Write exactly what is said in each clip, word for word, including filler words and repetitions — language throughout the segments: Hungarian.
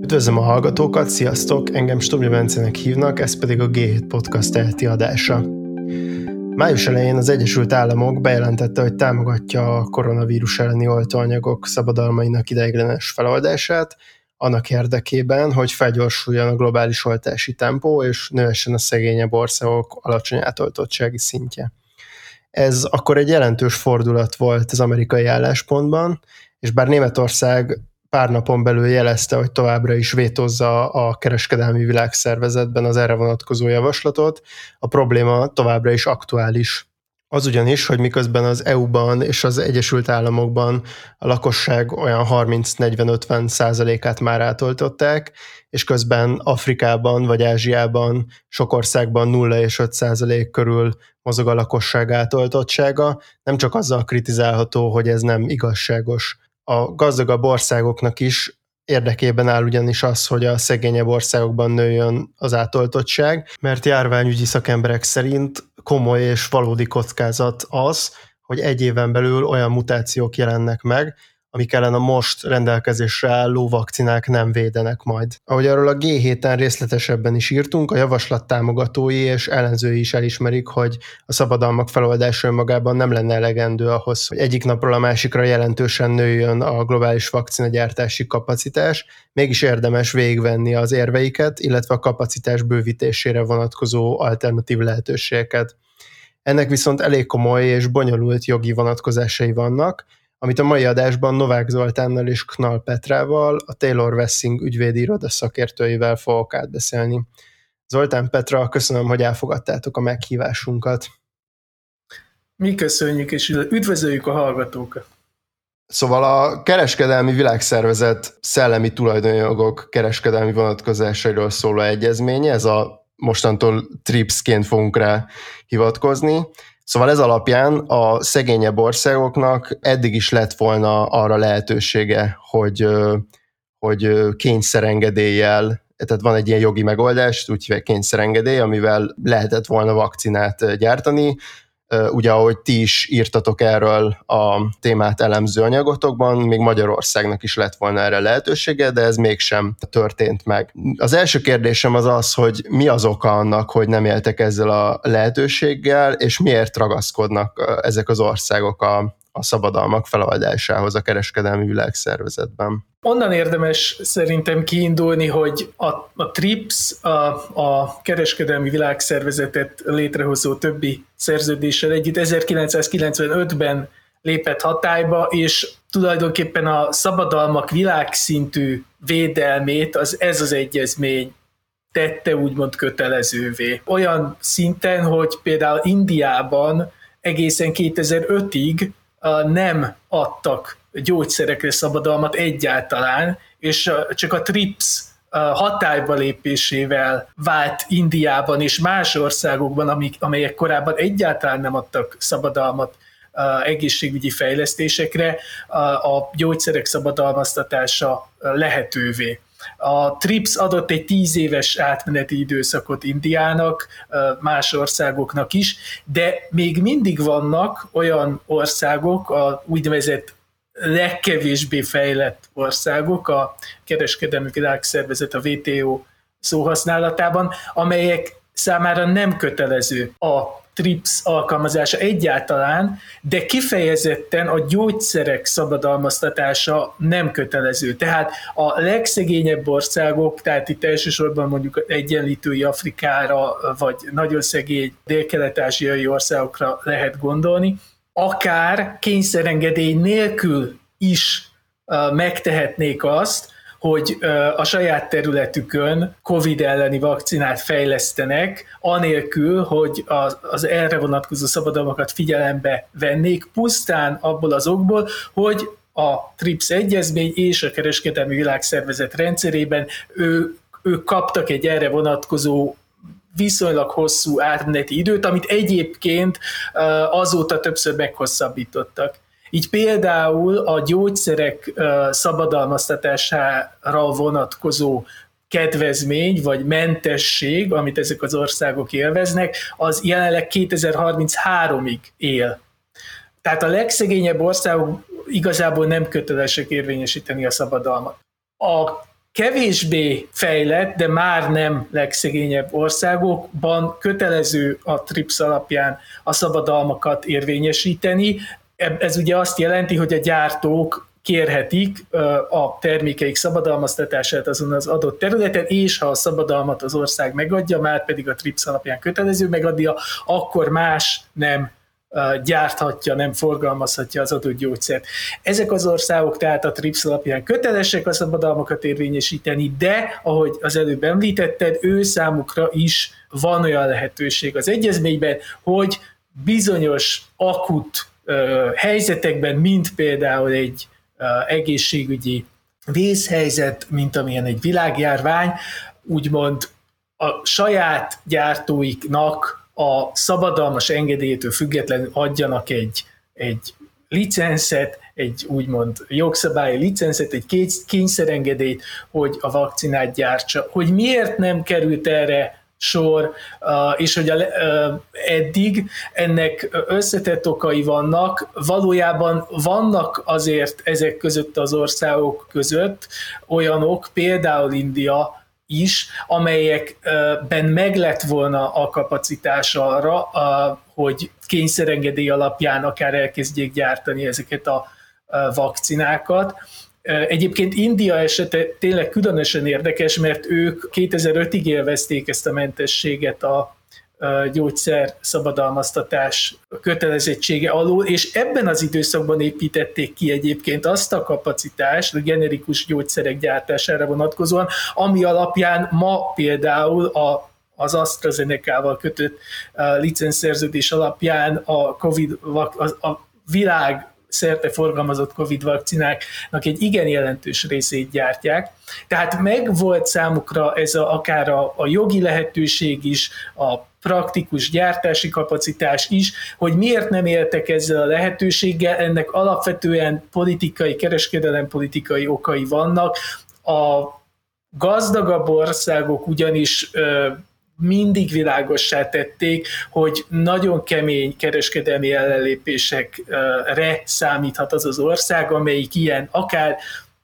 Üdvözlöm a hallgatókat, sziasztok! Engem Stobja Bencének hívnak, ez pedig a gé hét Podcast eheti adása. Május elején az Egyesült Államok bejelentette, hogy támogatja a koronavírus elleni oltóanyagok szabadalmainak ideiglenes feloldását, annak érdekében, hogy felgyorsuljon a globális oltási tempó, és növessen a szegényebb országok alacsony átoltottsági szintje. Ez akkor egy jelentős fordulat volt az amerikai álláspontban, és bár Németország pár napon belül jelezte, hogy továbbra is vétózza a Kereskedelmi Világszervezetben az erre vonatkozó javaslatot, a probléma továbbra is aktuális. Az ugyanis, hogy miközben az é u-ban és az Egyesült Államokban a lakosság olyan harminc-negyven-ötven százalékát már átoltották, és közben Afrikában vagy Ázsiában sok országban nulla és öt százalék körül mozog a lakosság átoltottsága, nem csak azzal kritizálható, hogy ez nem igazságos. A gazdagabb országoknak is érdekében áll ugyanis az, hogy a szegényebb országokban nőjön az átoltottság, mert járványügyi szakemberek szerint komoly és valódi kockázat az, hogy egy éven belül olyan mutációk jelennek meg, amik ellen a most rendelkezésre álló vakcinák nem védenek majd. Ahogy arról a gé héten részletesebben is írtunk, a javaslat támogatói és ellenzői is elismerik, hogy a szabadalmak feloldása önmagában nem lenne elegendő ahhoz, hogy egyik napról a másikra jelentősen nőjön a globális vakcinagyártási kapacitás, mégis érdemes végigvenni az érveiket, illetve a kapacitás bővítésére vonatkozó alternatív lehetőségeket. Ennek viszont elég komoly és bonyolult jogi vonatkozásai vannak, amit a mai adásban Novák Zoltánnal és Knall Petrával, a Taylor Wessing ügyvédi iroda szakértőivel fogok átbeszélni. Zoltán, Petra, köszönöm, hogy elfogadtátok a meghívásunkat. Mi köszönjük, és üdvözöljük a hallgatókat. Szóval a Kereskedelmi Világszervezet szellemi tulajdonjogok kereskedelmi vonatkozásairól szóló egyezménye, ez a mostantól TRIPS-ként fogunk rá hivatkozni. Szóval ez alapján a szegényebb országoknak eddig is lett volna arra lehetősége, hogy, hogy kényszerengedéllyel, tehát van egy ilyen jogi megoldás, úgy hívják kényszerengedély, amivel lehetett volna vakcinát gyártani. Ugye, ahogy ti is írtatok erről a témát elemző anyagotokban, még Magyarországnak is lett volna erre lehetősége, de ez mégsem történt meg. Az első kérdésem az az, hogy mi az oka annak, hogy nem éltek ezzel a lehetőséggel, és miért ragaszkodnak ezek az országok a, a szabadalmak feloldásához a Kereskedelmi Világszervezetben? Onnan érdemes szerintem kiindulni, hogy a, a TRIPS, a, a Kereskedelmi Világszervezetet létrehozó többi szerződéssel együtt ezerkilencszázkilencvenötben lépett hatályba, és tulajdonképpen a szabadalmak világszintű védelmét az ez az egyezmény tette úgymond kötelezővé. Olyan szinten, hogy például Indiában egészen kétezer-ötig nem adtak gyógyszerekre szabadalmat egyáltalán, és csak a TRIPS hatályba lépésével vált Indiában és más országokban, amik, amelyek korábban egyáltalán nem adtak szabadalmat egészségügyi fejlesztésekre, a gyógyszerek szabadalmaztatása lehetővé. A TRIPS adott egy tíz éves átmeneti időszakot Indiának, más országoknak is, de még mindig vannak olyan országok, a úgynevezett legkevésbé fejlett országok, a Kereskedelmi Világszervezet, a vé té o szóhasználatában, amelyek számára nem kötelező a TRIPS alkalmazása egyáltalán, de kifejezetten a gyógyszerek szabadalmaztatása nem kötelező. Tehát a legszegényebb országok, tehát itt elsősorban mondjuk egyenlítői Afrikára, vagy nagyon szegény dél-kelet-ázsiai országokra lehet gondolni, akár kényszerengedély nélkül is megtehetnék azt, hogy a saját területükön Covid elleni vakcinát fejlesztenek, anélkül, hogy az erre vonatkozó szabadalmakat figyelembe vennék, pusztán abból az okból, hogy a TRIPS egyezmény és a Kereskedelmi Világszervezet rendszerében ő, ők kaptak egy erre vonatkozó viszonylag hosszú átmeneti időt, amit egyébként azóta többször meghosszabbítottak. Így például a gyógyszerek szabadalmaztatására vonatkozó kedvezmény vagy mentesség, amit ezek az országok élveznek, az jelenleg kétezer-harmincháromig él. Tehát a legszegényebb országok igazából nem kötelesek érvényesíteni a szabadalmat. A kevésbé fejlett, de már nem legszegényebb országokban kötelező a TRIPS alapján a szabadalmakat érvényesíteni. Ez ugye azt jelenti, hogy a gyártók kérhetik a termékeik szabadalmaztatását azon az adott területen, és ha a szabadalmat az ország megadja, már pedig a TRIPS alapján kötelező megadja, akkor más nem gyárthatja, nem forgalmazhatja az adott gyógyszert. Ezek az országok tehát a TRIPS alapján kötelesek a szabadalmakat érvényesíteni, de, ahogy az előbb említetted, ő számukra is van olyan lehetőség az egyezményben, hogy bizonyos akut uh, helyzetekben, mint például egy uh, egészségügyi vészhelyzet, mint amilyen egy világjárvány, úgymond a saját gyártóiknak a szabadalmas engedélytől függetlenül adjanak egy, egy licenszet, egy úgymond jogszabályi licenszet, egy kényszerengedélyt, hogy a vakcinát gyártsa. Hogy miért nem került erre sor, és hogy eddig ennek összetett okai vannak, valójában vannak azért ezek között az országok között olyanok, például India is, amelyekben meg lett volna a kapacitás arra, hogy kényszerengedély alapján akár elkezdjék gyártani ezeket a vakcinákat. Egyébként India esete tényleg különösen érdekes, mert ők kétezer-ötig élvezték ezt a mentességet a gyógyszer szabadalmaztatás kötelezettsége alól, és ebben az időszakban építették ki egyébként azt a kapacitást a generikus gyógyszerek gyártására vonatkozóan, ami alapján ma például a az AstraZeneca-val kötött licenszerződés alapján a, COVID, a világ szerte forgalmazott Covid vakcináknak egy igen jelentős részét gyártják. Tehát megvolt számukra ez a, akár a, a jogi lehetőség is, a praktikus gyártási kapacitás is, hogy miért nem éltek ezzel a lehetőséggel, ennek alapvetően politikai, kereskedelempolitikai okai vannak. A gazdagabb országok ugyanis ö, mindig világossá tették, hogy nagyon kemény kereskedelmi ellenlépésekre számíthat az az ország, amelyik ilyen akár,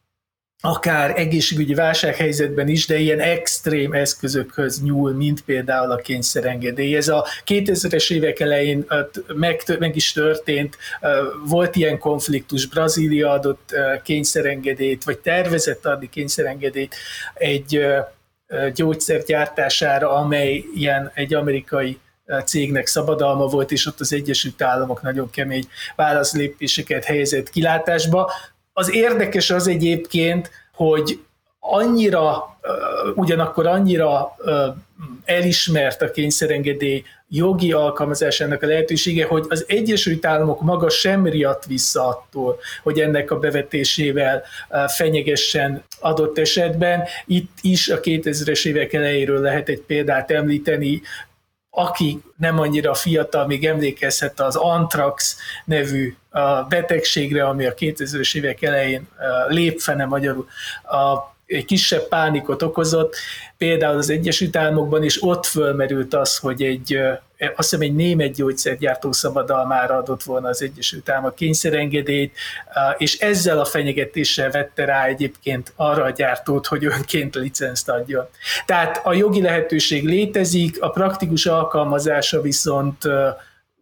akár egészségügyi válsághelyzetben is, de ilyen extrém eszközökhöz nyúl, mint például a kényszerengedély. Ez a kétezres évek elején meg, meg is történt, volt ilyen konfliktus, Brazília adott kényszerengedélyt, vagy tervezett adni kényszerengedélyt egy gyógyszer gyártására, amely ilyen egy amerikai cégnek szabadalma volt, és ott az Egyesült Államok nagyon kemény válaszlépéseket helyezett kilátásba. Az érdekes az egyébként, hogy annyira, ugyanakkor annyira elismert a kényszerengedély jogi alkalmazásának a lehetősége, hogy az Egyesült Államok maga sem riadt vissza attól, hogy ennek a bevetésével fenyegessen adott esetben. Itt is a kétezres évek elejéről lehet egy példát említeni, aki nem annyira fiatal, még emlékezhet az antrax nevű betegségre, ami a kétezres évek elején lépfene magyarul a egy kisebb pánikot okozott, például az Egyesült Államokban is ott fölmerült az, hogy egy, azt hiszem egy német gyógyszergyártó szabadalmára adott volna az Egyesült Államok kényszerengedélyt, és ezzel a fenyegetéssel vette rá egyébként arra a gyártót, hogy önként licenzt adjon. Tehát a jogi lehetőség létezik, a praktikus alkalmazása viszont a,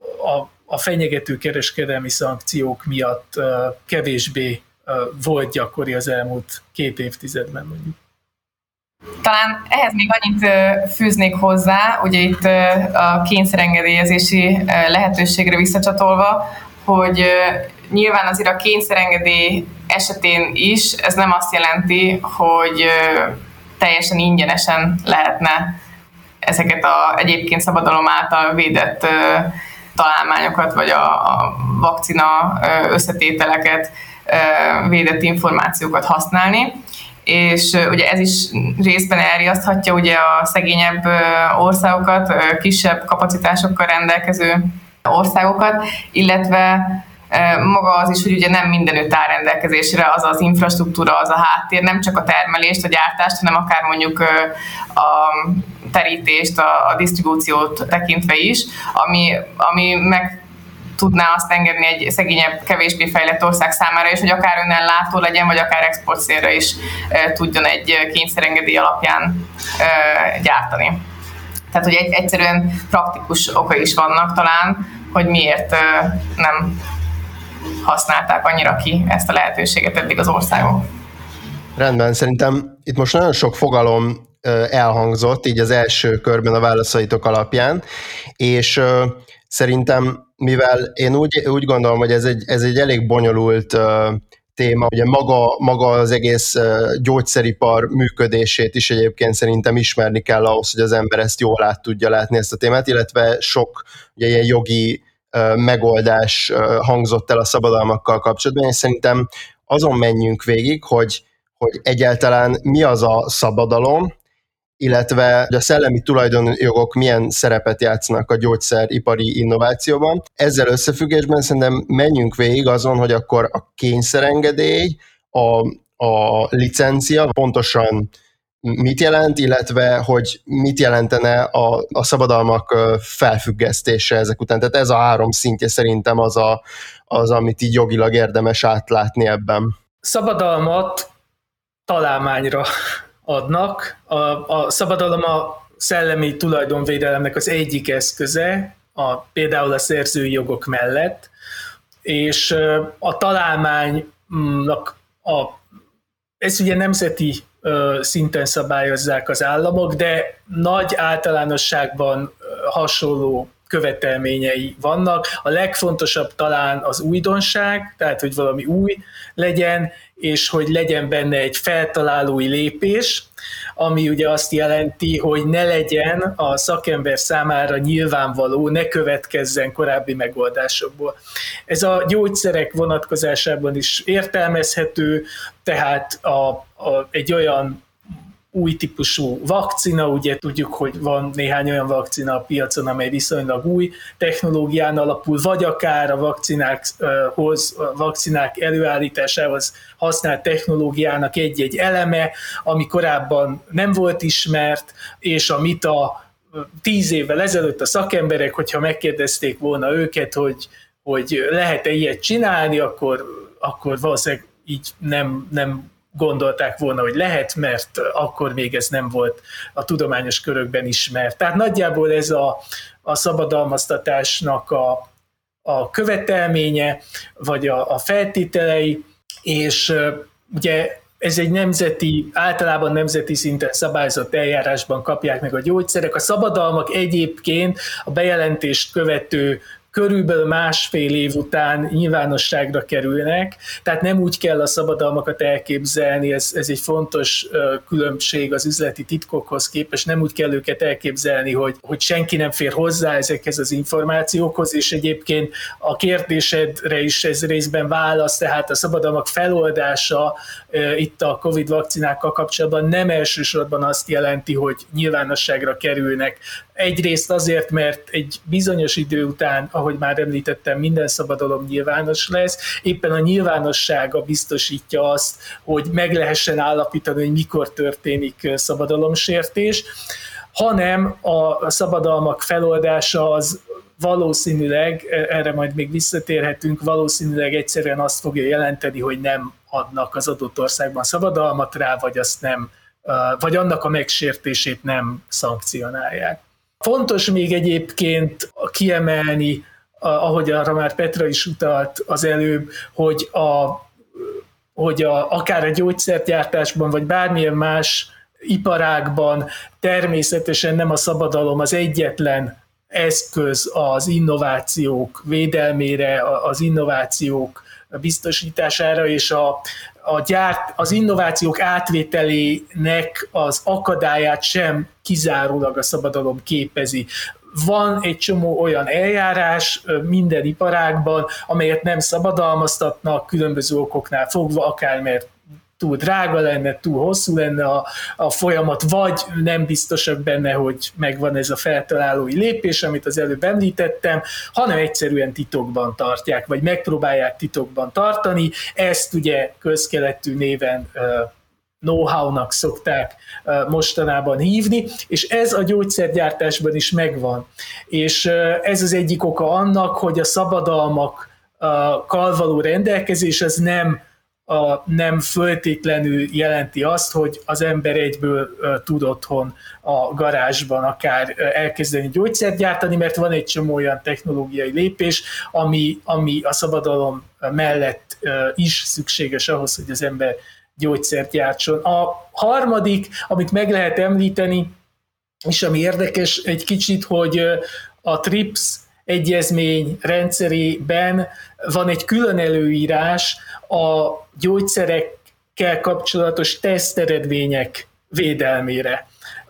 a fenyegető kereskedelmi szankciók miatt kevésbé volt gyakori az elmúlt két évtizedben mondjuk. Talán ehhez még annyit fűznék hozzá, ugye itt a kényszerengedélyezési lehetőségre visszacsatolva, hogy nyilván azért a kényszerengedély esetén is ez nem azt jelenti, hogy teljesen ingyenesen lehetne ezeket a egyébként szabadalom által védett találmányokat, vagy a, a vakcina összetételeket, védett információkat használni, és ugye ez is részben elriaszthatja ugye a szegényebb országokat, kisebb kapacitásokkal rendelkező országokat, illetve maga az is, hogy ugye nem mindenütt áll rendelkezésre az az infrastruktúra, az a háttér, nem csak a termelést, a gyártást, hanem akár mondjuk a terítést, a, a disztribúciót tekintve is, ami, ami meg tudná azt engedni egy szegényebb, kevésbé fejlett ország számára, és hogy akár önellátó legyen, vagy akár export célra is tudjon egy kényszerengedély alapján gyártani. Tehát, hogy egy, egyszerűen praktikus oka is vannak talán, hogy miért nem használták annyira ki ezt a lehetőséget eddig az országok. Rendben, szerintem itt most nagyon sok fogalom elhangzott így az első körben a válaszaitok alapján, és szerintem, mivel én úgy, úgy gondolom, hogy ez egy, ez egy elég bonyolult téma, ugye maga, maga az egész gyógyszeripar működését is egyébként szerintem ismerni kell ahhoz, hogy az ember ezt jól át tudja látni ezt a témát, illetve sok ugye, ilyen jogi megoldás hangzott el a szabadalmakkal kapcsolatban, és szerintem azon menjünk végig, hogy, hogy egyáltalán mi az a szabadalom, illetve a szellemi tulajdonjogok milyen szerepet játszanak a gyógyszeripari innovációban. Ezzel összefüggésben szerintem menjünk végig azon, hogy akkor a kényszerengedély, a, a licencia pontosan mit jelent, illetve hogy mit jelentene a, a szabadalmak felfüggesztése ezek után. Tehát ez a három szintje szerintem az, a, az, amit így jogilag érdemes átlátni ebben. Szabadalmat találmányra adnak. A, a szabadalom a szellemi tulajdonvédelemnek az egyik eszköze, a, például a szerzői jogok mellett, és a találmánynak a, ez ugye nemzeti szinten szabályozzák az államok, de nagy általánosságban hasonló követelményei vannak. A legfontosabb talán az újdonság, tehát hogy valami új legyen, és hogy legyen benne egy feltalálói lépés, ami ugye azt jelenti, hogy ne legyen a szakember számára nyilvánvaló, ne következzen korábbi megoldásokból. Ez a gyógyszerek vonatkozásában is értelmezhető, tehát a, a, egy olyan új típusú vakcina, ugye tudjuk, hogy van néhány olyan vakcina a piacon, amely viszonylag új technológián alapul, vagy akár a vakcinákhoz, a vakcinák előállításához használt technológiának egy-egy eleme, ami korábban nem volt ismert, és amit a tíz évvel ezelőtt a szakemberek, hogyha megkérdezték volna őket, hogy, hogy lehet-e ilyet csinálni, akkor, akkor valószínűleg így nem, nem gondolták volna, hogy lehet, mert akkor még ez nem volt a tudományos körökben ismert. Tehát nagyjából ez a, a szabadalmaztatásnak a, a követelménye, vagy a, a feltételei, és ugye ez egy nemzeti, általában nemzeti szinten szabályozott eljárásban kapják meg a gyógyszerek. A szabadalmak egyébként a bejelentést követő körülbelül másfél év után nyilvánosságra kerülnek, tehát nem úgy kell a szabadalmakat elképzelni, ez, ez egy fontos különbség az üzleti titkokhoz képest, nem úgy kell őket elképzelni, hogy, hogy senki nem fér hozzá ezekhez az információkhoz, és egyébként a kérdésedre is ez részben válasz, tehát a szabadalmak feloldása itt a Covid vakcinákkal kapcsolatban nem elsősorban azt jelenti, hogy nyilvánosságra kerülnek. Egyrészt azért, mert egy bizonyos idő után, ahogy már említettem, minden szabadalom nyilvános lesz. Éppen a nyilvánossága biztosítja azt, hogy meg lehessen állapítani, hogy mikor történik szabadalomsértés, hanem a szabadalmak feloldása az valószínűleg, erre majd még visszatérhetünk, valószínűleg egyszerűen azt fogja jelenteni, hogy nem adnak az adott országban szabadalmat rá, vagy, azt nem, vagy annak a megsértését nem szankcionálják. Fontos még egyébként kiemelni, ahogy arra már Petra is utalt az előbb, hogy, a, hogy a, akár a gyógyszergyártásban, vagy bármilyen más iparágban természetesen nem a szabadalom az egyetlen eszköz az innovációk védelmére, az innovációk biztosítására, és a, a gyárt, az innovációk átvételének az akadályát sem kizárólag a szabadalom képezi. Van egy csomó olyan eljárás minden iparágban, amelyet nem szabadalmaztatnak különböző okoknál fogva, akár mert túl drága lenne, túl hosszú lenne a, a folyamat, vagy nem biztosak benne, hogy megvan ez a feltalálói lépés, amit az előbb említettem, hanem egyszerűen titokban tartják, vagy megpróbálják titokban tartani. Ezt ugye közkeletű néven know-how-nak szokták mostanában hívni, és ez a gyógyszergyártásban is megvan. És ez az egyik oka annak, hogy a szabadalmakkal való rendelkezés az nem, nem föltétlenül jelenti azt, hogy az ember egyből tud otthon a garázsban akár elkezdeni gyógyszert gyártani, mert van egy csomó olyan technológiai lépés, ami, ami a szabadalom mellett is szükséges ahhoz, hogy az ember gyógyszert gyártson. A harmadik, amit meg lehet említeni, és ami érdekes egy kicsit, hogy a TRIPS egyezmény rendszerében van egy külön előírás a gyógyszerekkel kapcsolatos teszteredmények védelmére.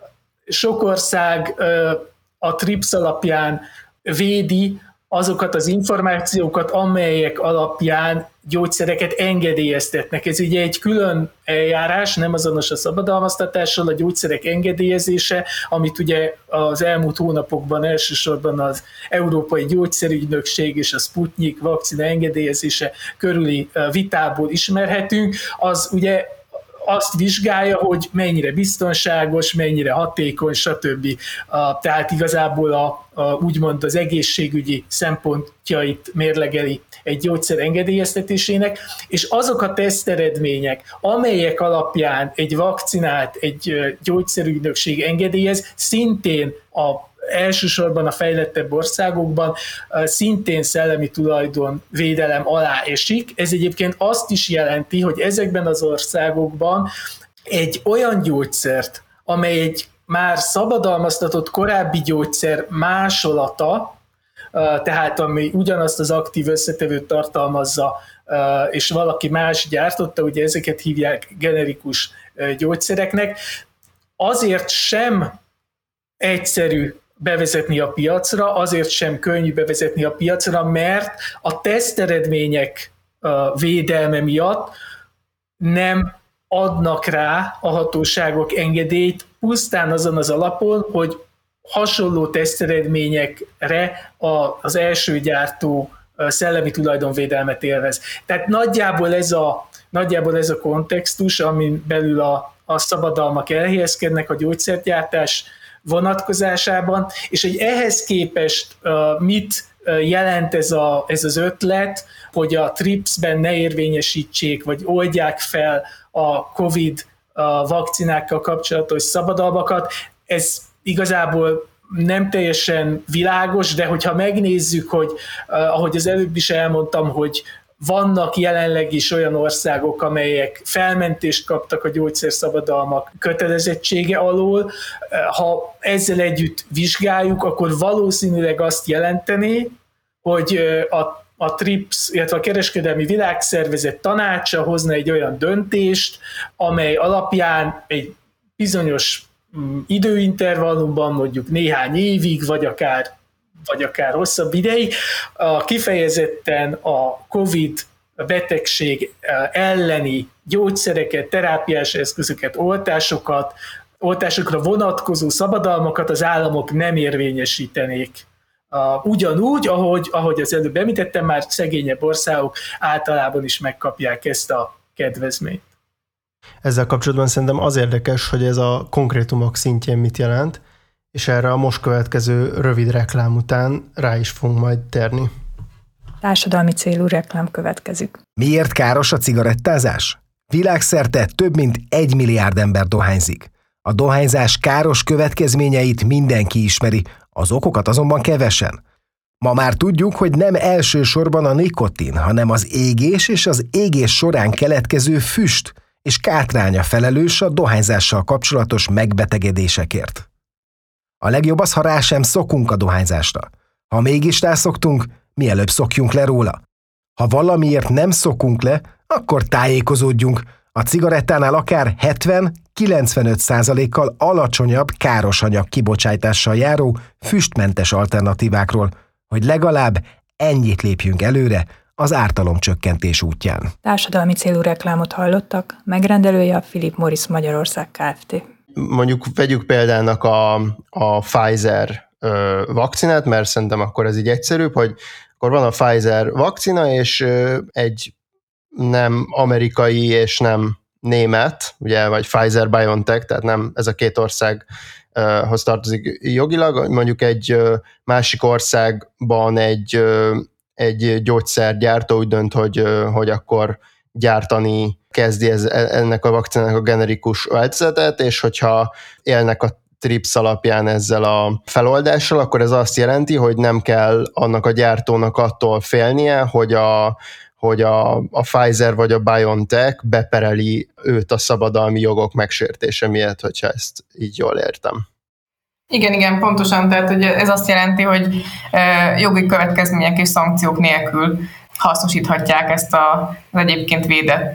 Sok ország a TRIPS alapján védi azokat az információkat, amelyek alapján gyógyszereket engedélyeztetnek. Ez ugye egy külön eljárás, nem azonos a szabadalmaztatással, a gyógyszerek engedélyezése, amit ugye az elmúlt hónapokban elsősorban az Európai Gyógyszerügynökség és a Sputnik vakcina engedélyezése körüli vitából ismerhetünk, az ugye azt vizsgálja, hogy mennyire biztonságos, mennyire hatékony, stb. Tehát igazából a, a, úgymond az egészségügyi szempontjait mérlegeli egy gyógyszer engedélyeztetésének, és azok a teszteredmények, amelyek alapján egy vakcinát egy gyógyszerügynökség engedélyez, szintén a elsősorban a fejlettebb országokban szintén szellemi tulajdon védelem alá esik. Ez egyébként azt is jelenti, hogy ezekben az országokban egy olyan gyógyszert, amely egy már szabadalmaztatott korábbi gyógyszer másolata, tehát ami ugyanazt az aktív összetevőt tartalmazza, és valaki más gyártotta, ugye ezeket hívják generikus gyógyszereknek, azért sem egyszerű bevezetni a piacra, azért sem könnyű bevezetni a piacra, mert a teszteredmények védelme miatt nem adnak rá a hatóságok engedélyt pusztán azon az alapon, hogy hasonló teszteredményekre az első gyártó szellemi tulajdonvédelmet élvez. Tehát nagyjából ez a, nagyjából ez a kontextus, amin belül a, a szabadalmak elhelyezkednek a gyógyszergyártás vonatkozásában, és hogy ehhez képest uh, mit jelent ez, a, ez az ötlet, hogy a TRIPS-ben ne érvényesítsék, vagy oldják fel a COVID a vakcinákkal kapcsolatos szabadalmakat, ez igazából nem teljesen világos, de hogyha megnézzük, hogy uh, ahogy az előbb is elmondtam, hogy vannak jelenleg is olyan országok, amelyek felmentést kaptak a gyógyszerszabadalmak kötelezettsége alól. Ha ezzel együtt vizsgáljuk, akkor valószínűleg azt jelenteni, hogy a, a TRIPS, illetve a Kereskedelmi Világszervezet tanácsa hozna egy olyan döntést, amely alapján egy bizonyos időintervallumban, mondjuk néhány évig, vagy akár vagy akár hosszabb ideig, kifejezetten a COVID betegség elleni gyógyszereket, terápiás eszközöket, oltásokat, oltásokra vonatkozó szabadalmakat az államok nem érvényesítenék. Ugyanúgy, ahogy, ahogy az előbb említettem, már szegényebb országok általában is megkapják ezt a kedvezményt. Ezzel kapcsolatban szerintem az érdekes, hogy ez a konkrétumok szintjén mit jelent, és erre a most következő rövid reklám után rá is fogunk majd térni. Társadalmi célú reklám következik. Miért káros a cigarettázás? Világszerte több mint egy milliárd ember dohányzik. A dohányzás káros következményeit mindenki ismeri, az okokat azonban kevesen. Ma már tudjuk, hogy nem elsősorban a nikotin, hanem az égés és az égés során keletkező füst és kátránya felelős a dohányzással kapcsolatos megbetegedésekért. A legjobb az, ha rá sem szokunk a dohányzásra. Ha mégis rászoktunk, mielőbb szokjunk le róla. Ha valamiért nem szokunk le, akkor tájékozódjunk. A cigarettánál akár hetven-kilencvenöt százalékkal alacsonyabb káros anyag kibocsátással járó füstmentes alternatívákról, hogy legalább ennyit lépjünk előre az ártalomcsökkentés útján. Társadalmi célú reklámot hallottak, megrendelője a Philip Morris Magyarország Kft. Mondjuk vegyük példának a, a Pfizer ö, vakcinát, mert szerintem akkor ez így egyszerűbb, hogy akkor van a Pfizer vakcina, és ö, egy nem amerikai és nem német, ugye, vagy Pfizer-BioNTech, tehát nem ez a két országhoz tartozik jogilag, mondjuk egy másik országban egy, egy gyógyszergyártó úgy dönt, hogy, hogy akkor gyártani kezdi ez, ennek a vakcinának a generikus változatot, és hogyha élnek a TRIPS alapján ezzel a feloldással, akkor ez azt jelenti, hogy nem kell annak a gyártónak attól félnie, hogy a, hogy a, a Pfizer vagy a BioNTech bepereli őt a szabadalmi jogok megsértése miatt, hogyha ezt így jól értem. Igen, igen, pontosan. Tehát hogy ez azt jelenti, hogy jogi következmények és szankciók nélkül hasznosíthatják ezt a, az egyébként védett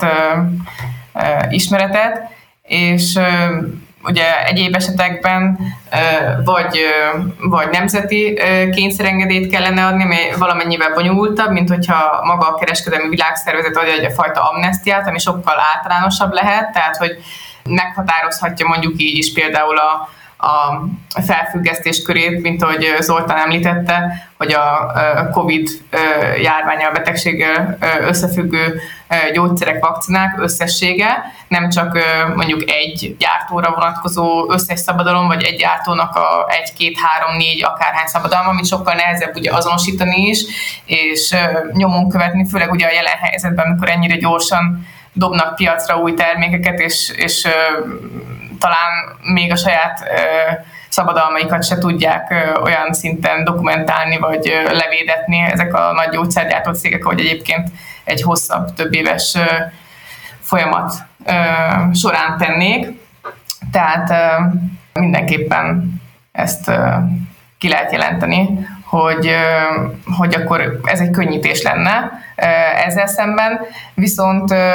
ismeretet, és ugye egyéb esetekben vagy, vagy nemzeti kényszerengedélyt kellene adni, ami valamennyivel bonyolultabb, mint hogyha maga a kereskedelmi világszervezet adja egy fajta amnesztiát, ami sokkal általánosabb lehet, tehát hogy meghatározhatja mondjuk így is például a a felfüggesztés körét, mint ahogy Zoltán említette, hogy a Covid járvánnyal, betegséggel összefüggő gyógyszerek, vakcinák összessége, nem csak mondjuk egy gyártóra vonatkozó összes szabadalom, vagy egy gyártónak a egy, két, három, négy, akárhány szabadalma, amit sokkal nehezebb ugye azonosítani is, és nyomon követni, főleg ugye a jelen helyzetben, amikor ennyire gyorsan dobnak piacra új termékeket, és, és talán még a saját ö, szabadalmaikat se tudják ö, olyan szinten dokumentálni, vagy ö, levédetni ezek a nagy gyógyszergyártó cégek, ahogy egyébként egy hosszabb, több éves ö, folyamat ö, során tennék. Tehát ö, mindenképpen ezt ö, ki lehet jelenteni, hogy, ö, hogy akkor ez egy könnyítés lenne ö, ezzel szemben, viszont ö,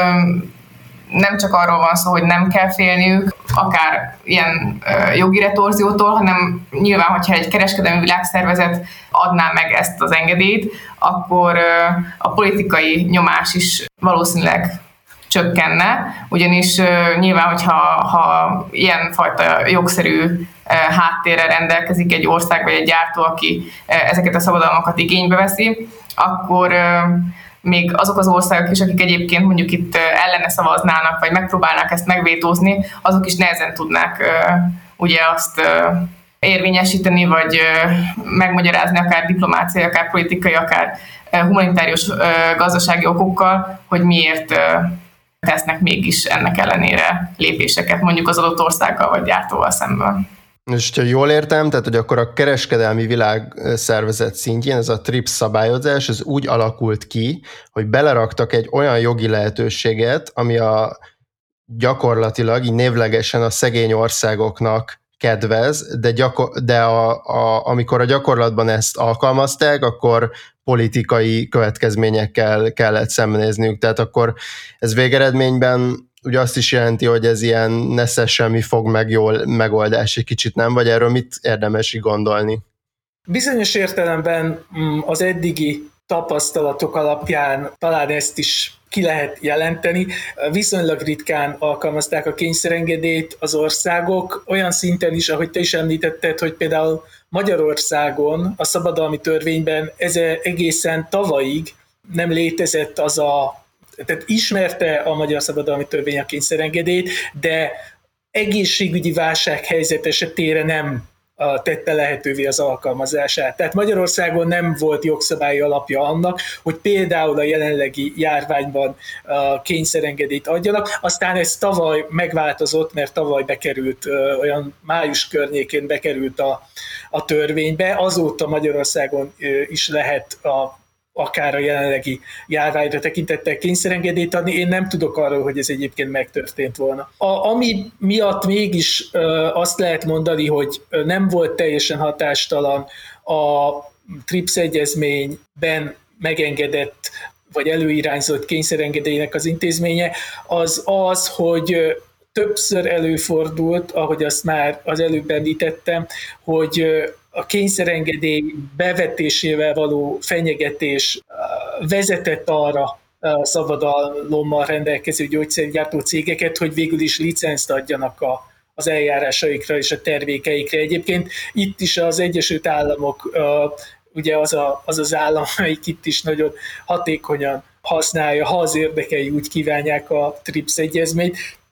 nem csak arról van szó, hogy nem kell félniük, akár ilyen ö, jogi retorziótól, hanem nyilván, hogyha egy kereskedelmi világszervezet adná meg ezt az engedélyt, akkor ö, a politikai nyomás is valószínűleg csökkenne, ugyanis ö, nyilván, hogyha ha ilyenfajta jogszerű ö, háttérrel rendelkezik egy ország vagy egy gyártó, aki ö, ezeket a szabadalmakat igénybe veszi, akkor ö, még azok az országok is, akik egyébként mondjuk itt ellene szavaznának, vagy megpróbálnák ezt megvétózni, azok is nehezen tudnák uh, ugye azt uh, érvényesíteni, vagy uh, megmagyarázni akár diplomáciai, akár politikai, akár uh, humanitárius uh, gazdasági okokkal, hogy miért uh, tesznek mégis ennek ellenére lépéseket mondjuk az adott országgal vagy gyártóval szemben. És ha jól értem, tehát hogy akkor a kereskedelmi világszervezet szintjén ez a TRIPS szabályozás ez úgy alakult ki, hogy beleraktak egy olyan jogi lehetőséget, ami a gyakorlatilag így névlegesen a szegény országoknak kedvez, de, gyakor- de a, a, amikor a gyakorlatban ezt alkalmazták, akkor politikai következményekkel kellett szembenézniük. Tehát akkor ez végeredményben ugye azt is jelenti, hogy ez ilyen nesze semmi fog meg jól megoldás egy kicsit, nem? Vagy erről mit érdemes gondolni? Bizonyos értelemben az eddigi tapasztalatok alapján talán ezt is ki lehet jelenteni. Viszonylag ritkán alkalmazták a kényszerengedélyt az országok, olyan szinten is, ahogy te is említetted, hogy például Magyarországon a szabadalmi törvényben ez egészen tavalyig nem létezett az a tehát ismerte a magyar szabadalmi törvény a kényszerengedélyt, de egészségügyi válsághelyzet esetére nem tette lehetővé az alkalmazását. Tehát Magyarországon nem volt jogszabályi alapja annak, hogy például a jelenlegi járványban kényszerengedélyt adjanak. Aztán ez tavaly megváltozott, mert tavaly bekerült, olyan május környékén bekerült a, a törvénybe. Azóta Magyarországon is lehet a akár a jelenlegi járványra tekintettel kényszerengedélyt adni. Én nem tudok arról, hogy ez egyébként megtörtént volna. A, ami miatt mégis ö, azt lehet mondani, hogy nem volt teljesen hatástalan a TRIPS egyezményben megengedett vagy előirányzott kényszerengedélynek az intézménye, az az, hogy többször előfordult, ahogy azt már az előbb említettem, hogy a kényszerengedély bevetésével való fenyegetés vezetett arra a szabadalommal rendelkező gyógyszergyártó cégeket, hogy végül is licenszt adjanak a, az eljárásaikra és a termékeikre. Egyébként itt is az Egyesült Államok, ugye az a, az, az állam, amelyik itt is nagyon hatékonyan használja, ha az érdekei úgy kívánják a TRIPS egyezményt.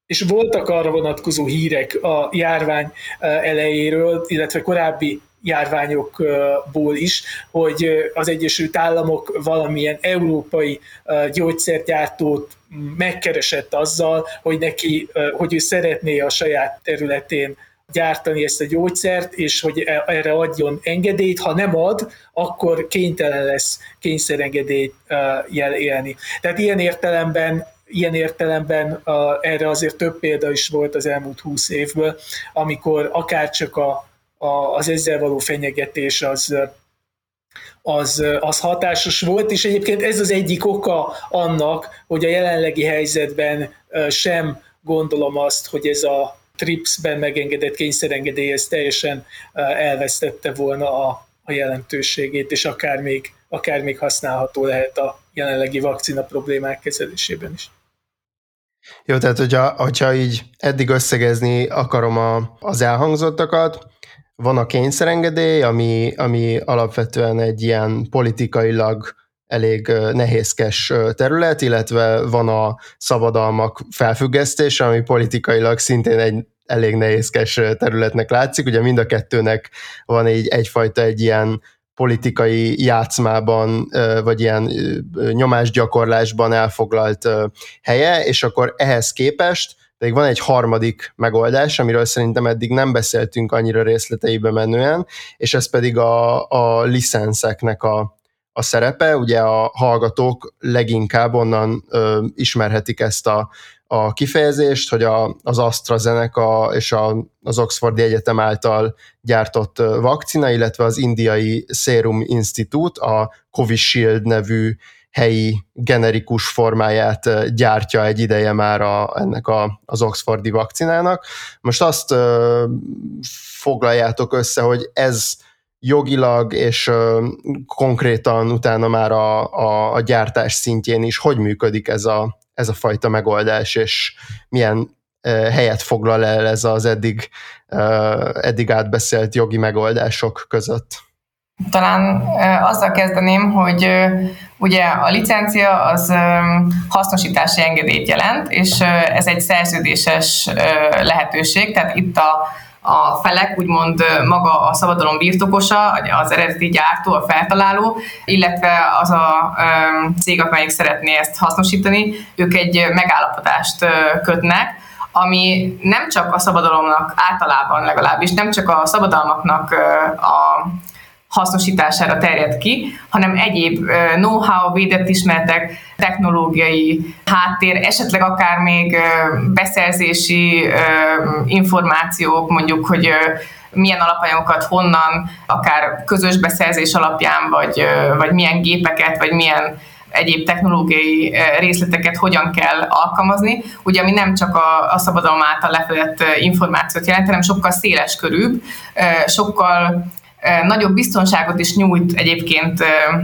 és voltak arra vonatkozó hírek a járvány elejéről, illetve korábbi járványokból is, hogy az Egyesült Államok valamilyen európai gyógyszergyártót megkeresett azzal, hogy neki, hogy ő szeretné a saját területén gyártani ezt a gyógyszert, és hogy erre adjon engedélyt, ha nem ad, akkor kénytelen lesz kényszerengedéllyel élni. Tehát ilyen értelemben Ilyen értelemben uh, erre azért több példa is volt az elmúlt húsz évből, amikor akárcsak a, a, az ezzel való fenyegetés az, az, az hatásos volt, és egyébként ez az egyik oka annak, hogy a jelenlegi helyzetben uh, sem gondolom azt, hogy ez a TRIPS-ben megengedett kényszerengedély ez teljesen uh, elvesztette volna a, a jelentőségét, és akár még, akár még használható lehet a jelenlegi vakcina problémák kezelésében is. Jó, tehát hogyha, hogyha így eddig összegezni akarom a, az elhangzottakat, van a kényszerengedély, ami, ami alapvetően egy ilyen politikailag elég nehézkes terület, illetve van a szabadalmak felfüggesztése, ami politikailag szintén egy elég nehézkes területnek látszik. Ugye mind a kettőnek van egy, egyfajta egy ilyen politikai játszmában, vagy ilyen nyomásgyakorlásban elfoglalt helye, és akkor ehhez képest pedig van egy harmadik megoldás, amiről szerintem eddig nem beszéltünk annyira részleteibe menően, és ez pedig a, a licenszeknek a, a szerepe. Ugye a hallgatók leginkább onnan ö, ismerhetik ezt a, a kifejezést, hogy a, az AstraZeneca és a, az Oxfordi Egyetem által gyártott vakcina, illetve az indiai Serum Institute a Covishield nevű helyi generikus formáját gyártja egy ideje már a, ennek a, az Oxfordi vakcinának. Most azt ö, foglaljátok össze, hogy ez jogilag és ö, konkrétan utána már a, a, a gyártás szintjén is hogy működik ez a, ez a fajta megoldás, és milyen ö, helyet foglal el ez az eddig, ö, eddig átbeszélt jogi megoldások között? Talán azzal kezdeném, hogy ugye a licencia az hasznosítási engedélyt jelent, és ez egy szerződéses lehetőség, tehát itt a, a felek, úgymond maga a szabadalom birtokosa, az eredeti gyártó, a feltaláló, illetve az a cég, amelyik szeretné ezt hasznosítani, ők egy megállapodást kötnek, ami nem csak a szabadalomnak általában legalábbis, nem csak a szabadalmaknak a hasznosítására terjed ki, hanem egyéb know-how, védett ismeretek, technológiai háttér, esetleg akár még beszerzési információk, mondjuk, hogy milyen alapanyagokat honnan, akár közös beszerzés alapján, vagy, vagy milyen gépeket, vagy milyen egyéb technológiai részleteket hogyan kell alkalmazni, ugye ami nem csak a, a szabadalom által lefedett információt jelent, hanem sokkal széles körűbb, sokkal nagyobb biztonságot is nyújt egyébként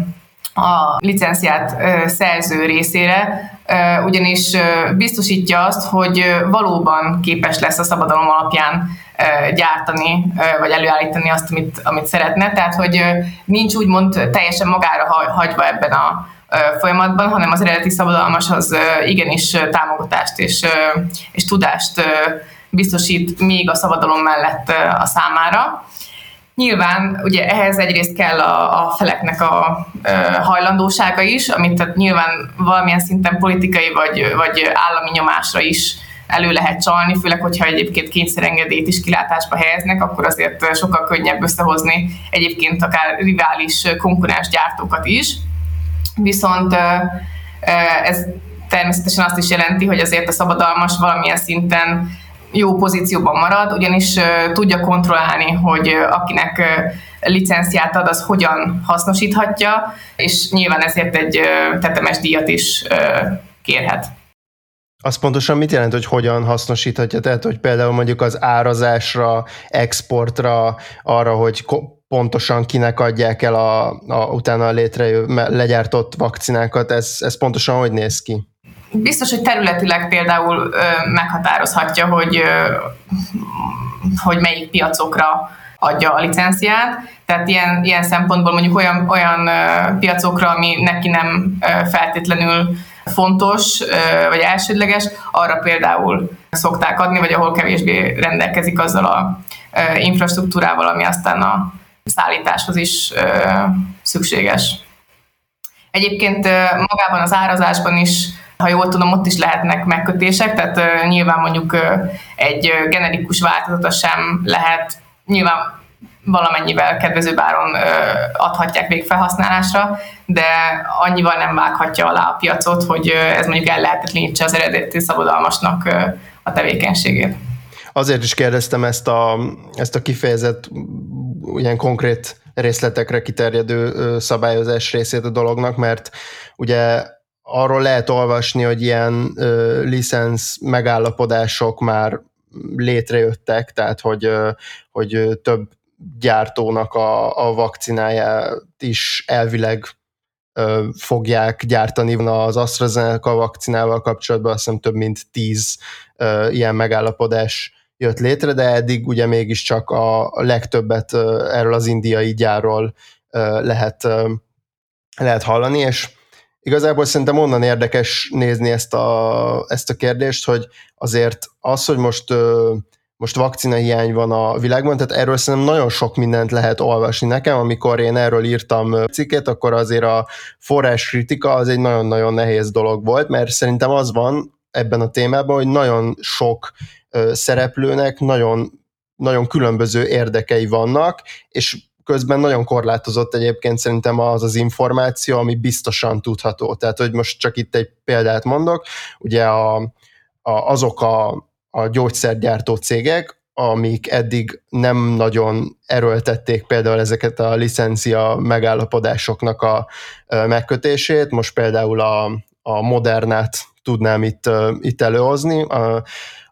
a licenciát szerző részére, ugyanis biztosítja azt, hogy valóban képes lesz a szabadalom alapján gyártani, vagy előállítani azt, amit, amit szeretne. Tehát, hogy nincs úgymond teljesen magára hagyva ebben a folyamatban, hanem az eredeti szabadalmas az igenis támogatást és, és tudást biztosít még a szabadalom mellett a számára. Nyilván ugye ehhez egyrészt kell a, a feleknek a e, hajlandósága is, amit tehát nyilván valamilyen szinten politikai vagy, vagy állami nyomásra is elő lehet csalni, főleg, hogyha egyébként kényszerengedélyt is kilátásba helyeznek, akkor azért sokkal könnyebb összehozni egyébként akár rivális konkurens gyártókat is. Viszont e, ez természetesen azt is jelenti, hogy azért a szabadalmas valamilyen szinten jó pozícióban marad, ugyanis uh, tudja kontrollálni, hogy uh, akinek uh, licenciát ad, az hogyan hasznosíthatja, és nyilván ezért egy uh, tetemes díjat is uh, kérhet. Az pontosan mit jelent, hogy hogyan hasznosíthatja? Tehát, hogy például mondjuk az árazásra, exportra, arra, hogy ko- pontosan kinek adják el a, a utána létrejö, legyártott vakcinákat, ez, ez pontosan hogy néz ki? Biztos, hogy területileg például ö, meghatározhatja, hogy, ö, hogy melyik piacokra adja a licenciát. Tehát ilyen, ilyen szempontból mondjuk olyan, olyan ö, piacokra, ami neki nem ö, feltétlenül fontos vagy elsődleges, arra például szokták adni, vagy ahol kevésbé rendelkezik azzal a infrastruktúrával, ami aztán a szállításhoz is szükséges. Egyébként magában az árazásban is, ha jól tudom, ott is lehetnek megkötések, tehát nyilván mondjuk egy generikus változata sem lehet, nyilván valamennyivel kedvezőbb áron adhatják végfelhasználásra, de annyival nem vághatja alá a piacot, hogy ez mondjuk ellehetetlenítse az eredeti szabadalmasnak a tevékenységét. Azért is kérdeztem ezt a, ezt a kifejezett, ilyen konkrét részletekre kiterjedő szabályozás részét a dolognak, mert ugye arról lehet olvasni, hogy ilyen ö, licensz megállapodások már létrejöttek, tehát hogy, ö, hogy több gyártónak a, a vakcináját is elvileg ö, fogják gyártani. Az AstraZeneca vakcinával kapcsolatban azt hiszem több mint tíz ö, ilyen megállapodás jött létre, de eddig ugye mégiscsak a legtöbbet ö, erről az indiai gyárról ö, lehet, ö, lehet hallani, és igazából szerintem onnan érdekes nézni ezt a, ezt a kérdést, hogy azért az, hogy most, most vakcina hiány van a világban, tehát erről szerintem nagyon sok mindent lehet olvasni. Nekem, amikor én erről írtam cikket, akkor azért a forráskritika az egy nagyon-nagyon nehéz dolog volt, mert szerintem az van ebben a témában, hogy nagyon sok szereplőnek nagyon, nagyon különböző érdekei vannak, és közben nagyon korlátozott egyébként szerintem az az információ, ami biztosan tudható. Tehát, hogy most csak itt egy példát mondok, ugye a, a, azok a, a gyógyszergyártó cégek, amik eddig nem nagyon erőltették például ezeket a licencia megállapodásoknak a megkötését, most például a, a Modernát tudnám itt, itt előhozni, a,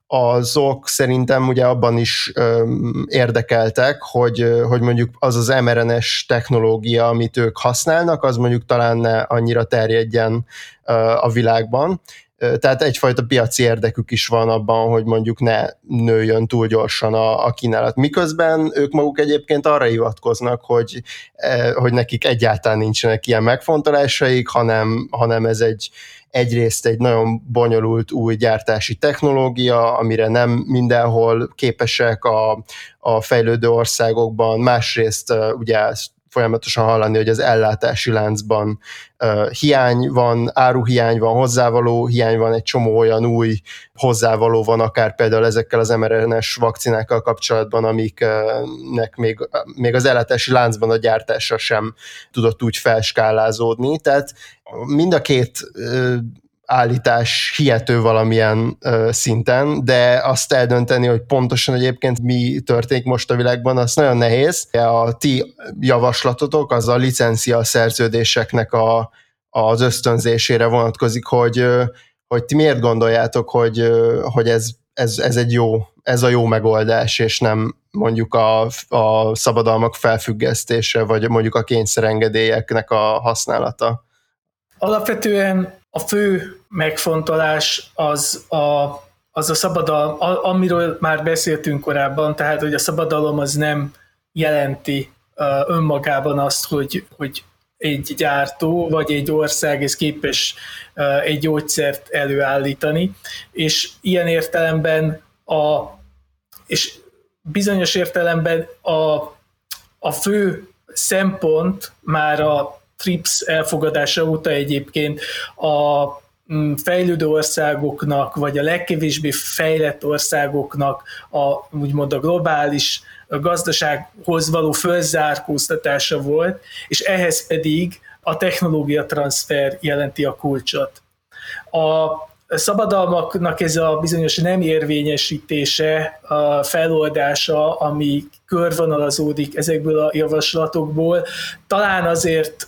azok szerintem ugye abban is öm, érdekeltek, hogy, hogy mondjuk az az em er en es technológia, amit ők használnak, az mondjuk talán ne annyira terjedjen ö, a világban. Tehát egyfajta piaci érdekük is van abban, hogy mondjuk ne nőjön túl gyorsan a, a kínálat. Miközben ők maguk egyébként arra hivatkoznak, hogy, hogy nekik egyáltalán nincsenek ilyen megfontolásaik, hanem, hanem ez egy egyrészt egy nagyon bonyolult új gyártási technológia, amire nem mindenhol képesek a, a fejlődő országokban, másrészt ugye folyamatosan hallani, hogy az ellátási láncban uh, hiány van, áruhiány van, hozzávaló hiány van, egy csomó olyan új hozzávaló van, akár például ezekkel az em er en es vakcinákkal kapcsolatban, amiknek még, még az ellátási láncban a gyártása sem tudott úgy felskálázódni. Tehát mind a két uh, állítás hihető valamilyen ö, szinten, de azt eldönteni, hogy pontosan egyébként mi történik most a világban, az nagyon nehéz. A ti javaslatotok az a licencia szerződéseknek a, az ösztönzésére vonatkozik, hogy, hogy ti miért gondoljátok, hogy, hogy ez, ez, ez, egy jó, ez a jó megoldás, és nem mondjuk a, a szabadalmak felfüggesztése, vagy mondjuk a kényszerengedélyeknek a használata? Alapvetően a fő megfontolás az a, az a szabadalom, amiről már beszéltünk korábban, tehát hogy a szabadalom az nem jelenti önmagában azt, hogy, hogy egy gyártó vagy egy ország ez képes egy gyógyszert előállítani, és ilyen értelemben a, és bizonyos értelemben a, a fő szempont már a TRIPS elfogadása óta egyébként a fejlődő országoknak, vagy a legkevésbé fejlett országoknak a, úgymond a globális gazdasághoz való fölzárkóztatása volt, és ehhez pedig a technológia transfer jelenti a kulcsot. A szabadalmaknak ez a bizonyos nem érvényesítése, a feloldása, ami körvonalazódik ezekből a javaslatokból, talán azért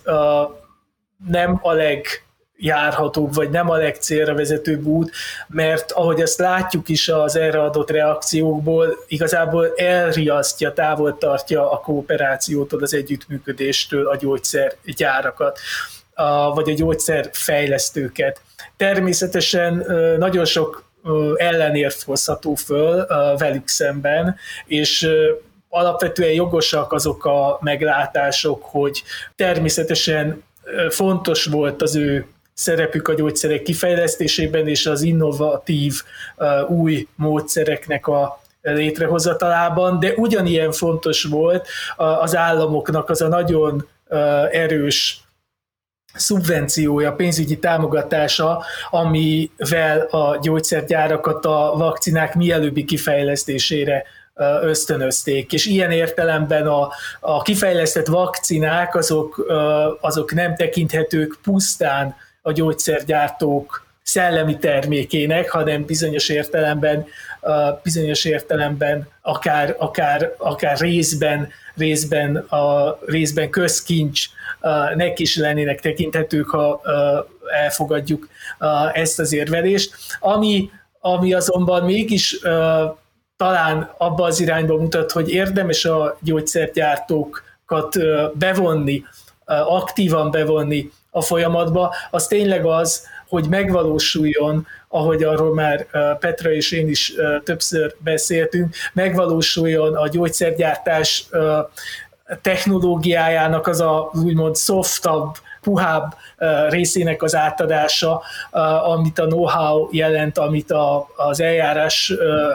nem a legjárhatóbb, vagy nem a legcélra vezetőbb út, mert ahogy azt látjuk is az erre adott reakciókból, igazából elriasztja, távol tartja a kooperációtól, az együttműködéstől a gyógyszergyárakat, vagy a gyógyszerfejlesztőket. Természetesen nagyon sok ellenérv hozható föl velük szemben, és alapvetően jogosak azok a meglátások, hogy természetesen fontos volt az ő szerepük a gyógyszerek kifejlesztésében és az innovatív új módszereknek a létrehozatalában, de ugyanilyen fontos volt az államoknak az a nagyon erős szubvenciója, pénzügyi támogatása, amivel a gyógyszergyárakat a vakcinák mielőbbi kifejlesztésére ösztönözték. És ilyen értelemben a, a kifejlesztett vakcinák azok, azok nem tekinthetők pusztán a gyógyszergyártók szellemi termékének, hanem bizonyos értelemben, bizonyos értelemben akár, akár, akár részben, részben, a, részben közkincsnek is lennének tekinthetők, ha elfogadjuk ezt az érvelést. Ami, ami azonban mégis talán abba az irányba mutat, hogy érdemes a gyógyszergyártókat bevonni, aktívan bevonni a folyamatba, az tényleg az, hogy megvalósuljon, ahogy arról már Petra és én is többször beszéltünk, megvalósuljon a gyógyszergyártás technológiájának az a úgymond softabb, puhább részének az átadása, amit a know-how jelent, amit a, az eljárás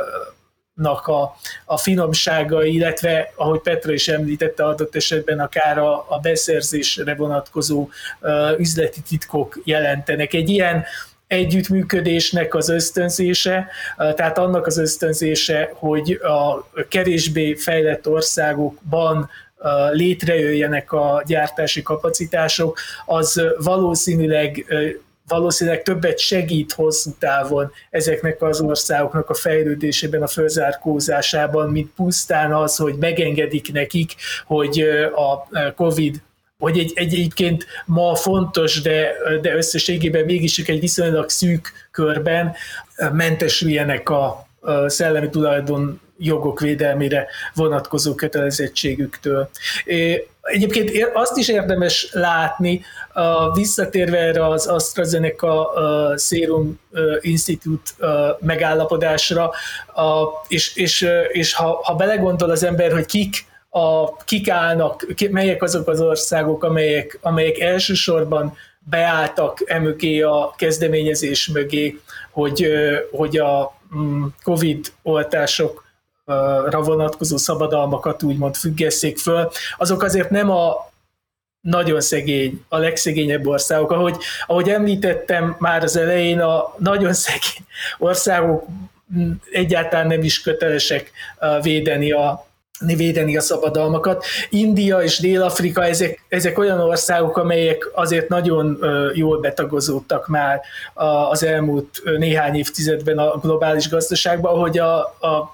A, a finomsága, illetve, ahogy Petra is említette, adott esetben akár a, a beszerzésre vonatkozó uh, üzleti titkok jelentenek. Egy ilyen együttműködésnek az ösztönzése, uh, tehát annak az ösztönzése, hogy a kevésbé fejlett országokban uh, létrejöjjenek a gyártási kapacitások, az valószínűleg uh, valószínűleg többet segít hosszú távon ezeknek az országoknak a fejlődésében, a fölzárkózásában, mint pusztán az, hogy megengedik nekik, hogy a Covid, hogy egy, egy egyébként ma fontos, de, de összességében mégis csak egy viszonylag szűk körben mentesüljenek a szellemi tulajdon jogok védelmére vonatkozó kötelezettségüktől. Egyébként azt is érdemes látni, visszatérve erre az AstraZeneca Serum Institute megállapodásra, és, és, és ha, ha belegondol az ember, hogy kik, a, kik állnak, melyek azok az országok, amelyek, amelyek elsősorban beálltak emögé a kezdeményezés mögé, hogy, hogy a Covid oltások vonatkozó szabadalmakat úgymond függesszék föl, azok azért nem a nagyon szegény, a legszegényebb országok. Ahogy, ahogy említettem már az elején, a nagyon szegény országok egyáltalán nem is kötelesek védeni a, védeni a szabadalmakat. India és Dél-Afrika, ezek, ezek olyan országok, amelyek azért nagyon jól betagozódtak már az elmúlt néhány évtizedben a globális gazdaságban, ahogy a, a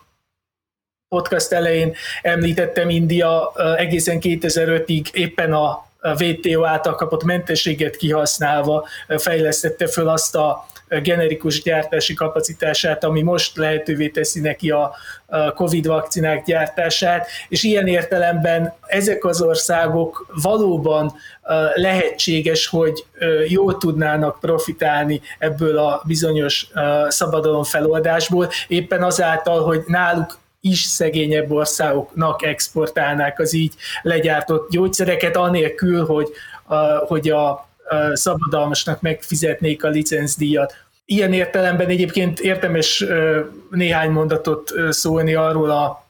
podcast elején említettem, India egészen kétezer-ötig éppen a vé té o által kapott mentességet kihasználva fejlesztette föl azt a generikus gyártási kapacitását, ami most lehetővé teszi neki a Covid vakcinák gyártását, és ilyen értelemben ezek az országok valóban lehetséges, hogy jól tudnának profitálni ebből a bizonyos szabadalomfeloldásból, éppen azáltal, hogy náluk is szegényebb országoknak exportálnák az így legyártott gyógyszereket, anélkül, hogy, hogy a szabadalmasnak megfizetnék a licencdíjat. Ilyen értelemben egyébként érdemes néhány mondatot szólni arról a,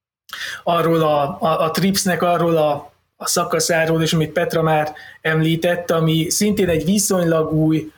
arról a, a, a tripsnek, arról a, a szakaszáról, és amit Petra már említett, ami szintén egy viszonylag új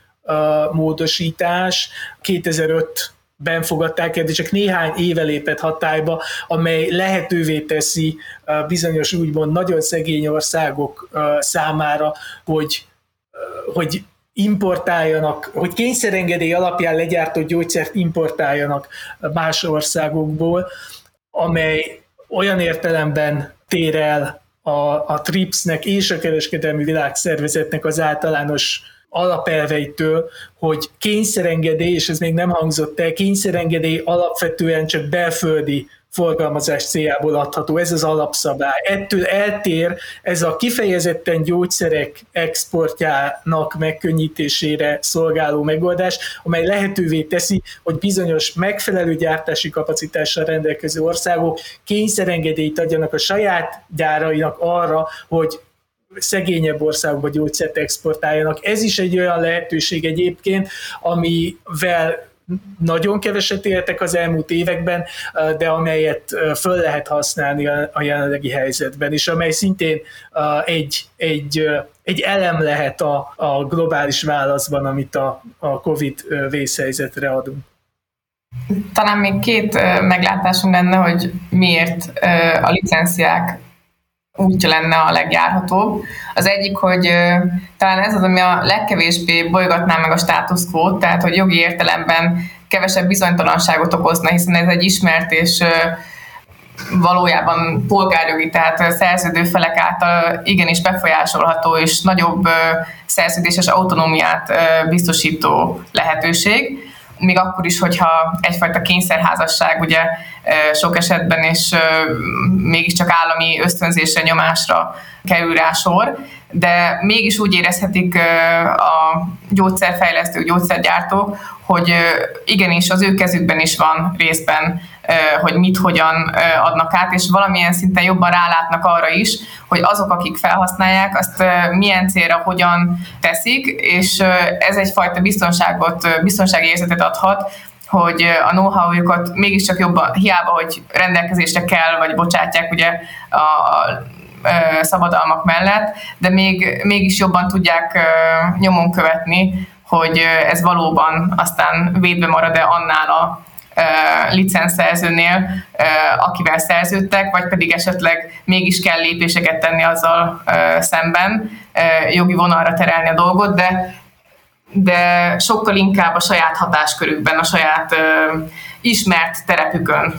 módosítás, kétezer-ötben fogadták el, de csak néhány éve lépett hatályba, amely lehetővé teszi bizonyos úgymond nagyon szegény országok számára, hogy, hogy importáljanak, hogy kényszerengedély alapján legyártott gyógyszert importáljanak más országokból, amely olyan értelemben tér el a, a tripsnek és a Kereskedelmi Világszervezetnek az általános alapelveitől, hogy kényszerengedély, és ez még nem hangzott el, kényszerengedély alapvetően csak belföldi forgalmazás céljából adható, ez az alapszabály. Ettől eltér ez a kifejezetten gyógyszerek exportjának megkönnyítésére szolgáló megoldás, amely lehetővé teszi, hogy bizonyos megfelelő gyártási kapacitással rendelkező országok kényszerengedélyt adjanak a saját gyárainak arra, hogy szegényebb országokba gyógyszert exportáljanak. Ez is egy olyan lehetőség egyébként, amivel nagyon keveset éltek az elmúlt években, de amelyet föl lehet használni a jelenlegi helyzetben, és amely szintén egy, egy, egy elem lehet a, a globális válaszban, amit a, a Covid vészhelyzetre adunk. Talán még két meglátásunk lenne, hogy miért a licenciák útja lenne a legjárhatóbb. Az egyik, hogy talán ez az, ami a legkevésbé bolygatná meg a status quo-t, tehát hogy jogi értelemben kevesebb bizonytalanságot okozna, hiszen ez egy ismert és valójában polgárjogi, tehát szerződő felek által igenis befolyásolható és nagyobb szerződéses autonómiát biztosító lehetőség. Még akkor is, hogyha egyfajta kényszerházasság ugye sok esetben és mégiscsak állami ösztönzésre, nyomásra kerül rá sor, de mégis úgy érezhetik a gyógyszerfejlesztők, gyógyszergyártók, hogy igenis az ő kezükben is van részben, hogy mit, hogyan adnak át, és valamilyen szinten jobban rálátnak arra is, hogy azok, akik felhasználják, azt milyen célra, hogyan teszik, és ez egyfajta biztonságot, biztonsági érzetet adhat, hogy a know-how-jukat mégiscsak jobban, hiába, hogy rendelkezésre kell, vagy bocsátják ugye a szabadalmak mellett, de még, mégis jobban tudják nyomon követni, hogy ez valóban aztán védve marad-e annál a licenszerzőnél, akivel szerződtek, vagy pedig esetleg mégis kell lépéseket tenni azzal szemben, jogi vonalra terelni a dolgot, de, de sokkal inkább a saját hatáskörükben, a saját ismert terepükön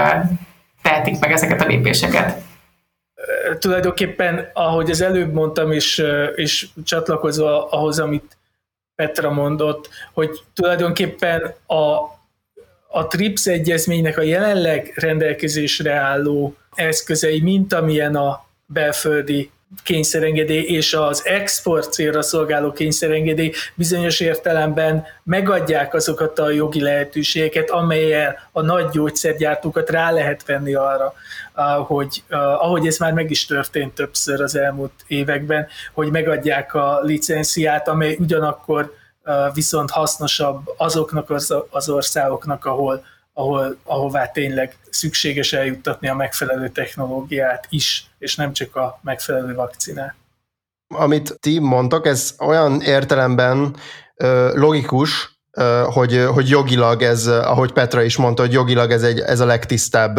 tehetik meg ezeket a lépéseket. Tulajdonképpen, ahogy az előbb mondtam, és, és csatlakozva ahhoz, amit Petra mondott, hogy tulajdonképpen a A TRIPS egyezménynek a jelenleg rendelkezésre álló eszközei, mint amilyen a belföldi kényszerengedély és az export célra szolgáló kényszerengedély bizonyos értelemben megadják azokat a jogi lehetőségeket, amellyel a nagy gyógyszergyártókat rá lehet venni arra, hogy ahogy ez már meg is történt többször az elmúlt években, hogy megadják a licenciát, amely ugyanakkor viszont hasznosabb azoknak az országoknak, ahol, ahol, ahová tényleg szükséges eljuttatni a megfelelő technológiát is, és nem csak a megfelelő vakcinát. Amit ti mondtak, ez olyan értelemben logikus, hogy, hogy jogilag ez, ahogy Petra is mondta, hogy jogilag ez, egy, ez a legtisztább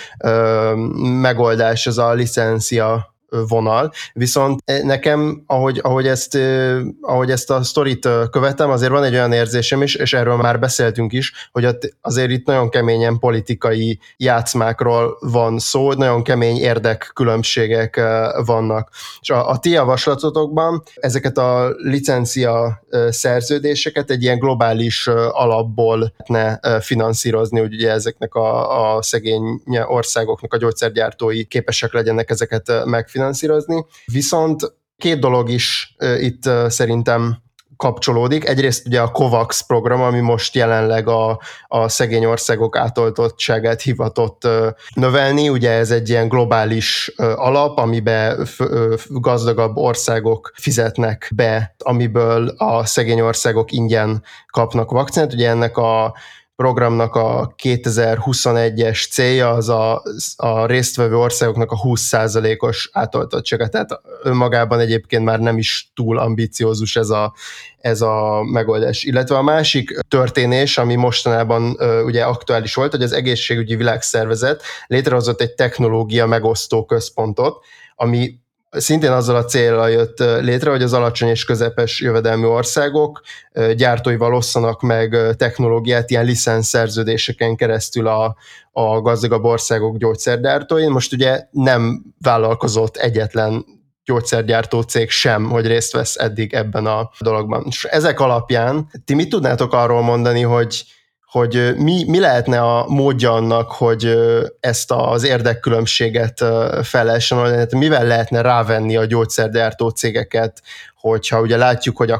megoldás, ez a licencia vonal. Viszont nekem, ahogy, ahogy, ezt, ahogy ezt a sztorit követem, azért van egy olyan érzésem is, és erről már beszéltünk is, hogy azért itt nagyon keményen politikai játszmákról van szó, nagyon kemény érdekkülönbségek vannak. És a, a ti javaslatotokban ezeket a licencia szerződéseket egy ilyen globális alapból lehetne finanszírozni, hogy ugye ezeknek a, a szegény országoknak a gyógyszergyártói képesek legyenek ezeket megfinanszírozni. finanszírozni. Viszont két dolog is uh, itt uh, szerintem kapcsolódik. Egyrészt ugye a COVAX program, ami most jelenleg a, a szegény országok átoltottságát hivatott uh, növelni. Ugye ez egy ilyen globális uh, alap, amiben f- uh, gazdagabb országok fizetnek be, amiből a szegény országok ingyen kapnak vakcinát. Ugye ennek a programnak a kétezer-huszonegyes célja az a, a résztvevő országoknak a húsz százalékos átoltottsága. Tehát önmagában egyébként már nem is túl ambiciózus ez a, ez a megoldás. Illetve a másik történés, ami mostanában uh, ugye aktuális volt, hogy az Egészségügyi Világszervezet létrehozott egy technológia megosztó központot, ami szintén azzal a céllal jött létre, hogy az alacsony és közepes jövedelmű országok gyártóival osszanak meg technológiát ilyen licenszerződéseken keresztül a, a gazdagabb országok gyógyszergyártóin. Most ugye nem vállalkozott egyetlen gyógyszergyártó cég sem, hogy részt vesz eddig ebben a dologban. És ezek alapján ti mit tudnátok arról mondani, hogy hogy mi, mi lehetne a módja annak, hogy ezt az érdekkülönbséget fel lehessen oldani, mivel lehetne rávenni a gyógyszergyártó cégeket, hogyha ugye látjuk, hogy a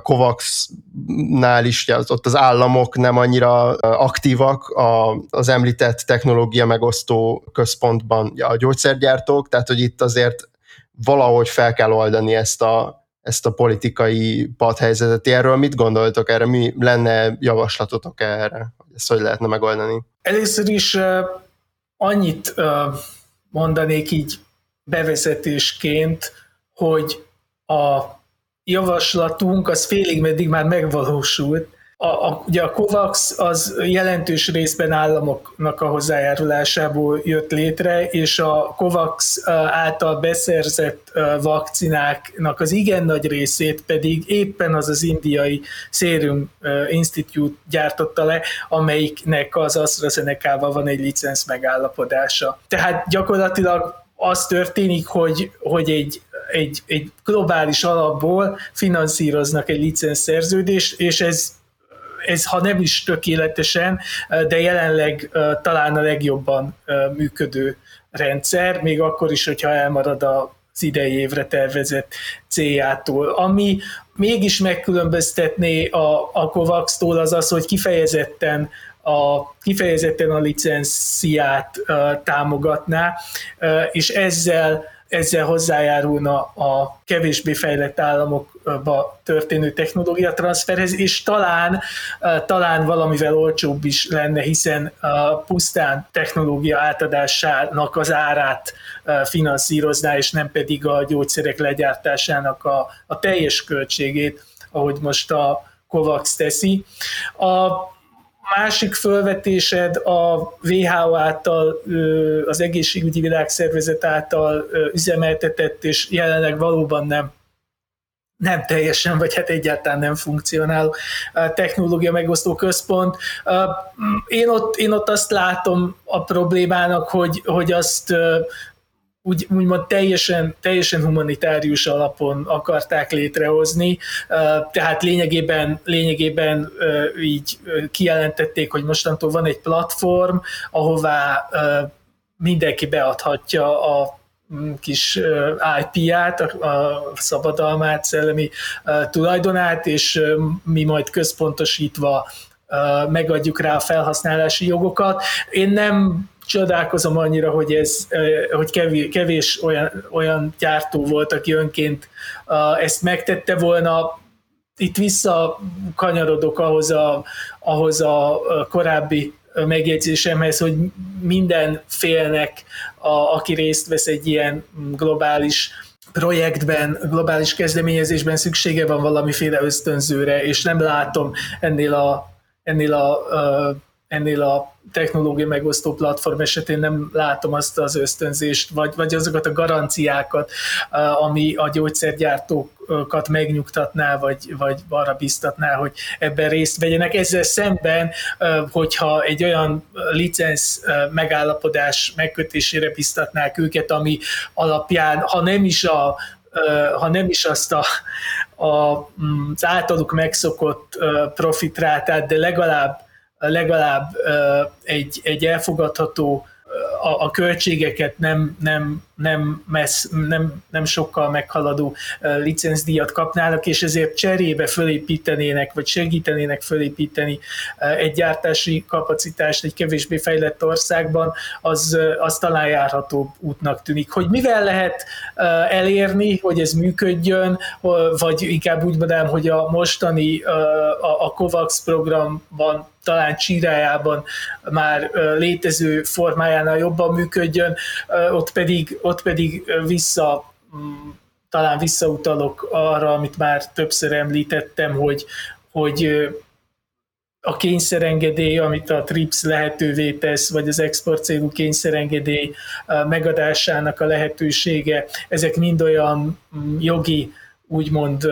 COVAX-nál is ott az államok nem annyira aktívak az említett technológia megosztó központban a gyógyszergyártók, tehát hogy itt azért valahogy fel kell oldani ezt a, ezt a politikai padhelyzetet. Erről mit gondoltok erre? Mi lenne javaslatotok erre? Ezt hogy lehetne megoldani? Először is uh, annyit uh, mondanék így bevezetésként, hogy a javaslatunk az félig meddig már megvalósult. A, a, ugye a COVAX az jelentős részben államoknak a hozzájárulásából jött létre, és a COVAX által beszerzett vakcináknak az igen nagy részét pedig éppen az az indiai Serum Institute gyártotta le, amelyiknek az AstraZeneca-val van egy licenc megállapodása. Tehát gyakorlatilag az történik, hogy, hogy egy, egy, egy globális alapból finanszíroznak egy licenszerződést, és ez ez ha nem is tökéletesen, de jelenleg talán a legjobban működő rendszer, még akkor is, hogyha elmarad az idei évre tervezett céljától. Ami mégis megkülönböztetné a, a COVAX-tól az az, hogy kifejezetten a, kifejezetten a licenciát támogatná, és ezzel ezzel hozzájárulna a kevésbé fejlett államokba történő technológiatranszferhez, és talán, talán valamivel olcsóbb is lenne, hiszen pusztán technológia átadásának az árát finanszírozná, és nem pedig a gyógyszerek legyártásának a, a teljes költségét, ahogy most a COVAX teszi. A másik felvetésed a dupla vé há o által, az Egészségügyi Világszervezet által üzemeltetett, és jelenleg valóban nem, nem teljesen, vagy hát egyáltalán nem funkcionáló technológia megosztó központ. Én ott, én ott azt látom a problémának, hogy, hogy azt úgy, úgymond teljesen, teljesen humanitárius alapon akarták létrehozni, tehát lényegében, lényegében így kijelentették, hogy mostantól van egy platform, ahová mindenki beadhatja a kis í pé-át, a szabadalmát, szellemi tulajdonát, és mi majd központosítva megadjuk rá a felhasználási jogokat. Én nem csodálkozom annyira, hogy, ez, hogy kevés, kevés olyan, olyan gyártó volt, aki önként ezt megtette volna. Itt visszakanyarodok ahhoz a, ahhoz a korábbi megjegyzésemhez, hogy minden félnek, a, aki részt vesz egy ilyen globális projektben, globális kezdeményezésben szüksége van valamiféle ösztönzőre, és nem látom ennél a, ennél a ennél a technológia megosztó platform esetén nem látom azt az ösztönzést, vagy, vagy azokat a garanciákat, ami a gyógyszergyártókat megnyugtatná, vagy, vagy arra biztatná, hogy ebben részt vegyenek. Ezzel szemben, hogyha egy olyan licensz megállapodás megkötésére biztatnák őket, ami alapján, ha nem is a ha nem is azt a, a, az általuk megszokott profitrátát, de legalább legalább egy, egy elfogadható, a, a költségeket nem, nem, nem, messz, nem, nem sokkal meghaladó licencdíjat kapnának, és ezért cserébe fölépítenének, vagy segítenének fölépíteni egy gyártási kapacitást egy kevésbé fejlett országban, az, az talán járhatóbb útnak tűnik. Hogy mivel lehet elérni, hogy ez működjön, vagy inkább úgy mondanám, hogy a mostani a, a COVAX programban talán csírájában már létező formájánál jobban működjön, ott pedig, ott pedig vissza, talán visszautalok arra, amit már többször említettem, hogy, hogy a kényszerengedély, amit a TRIPS lehetővé tesz, vagy az export célú kényszerengedély megadásának a lehetősége, ezek mind olyan jogi, úgymond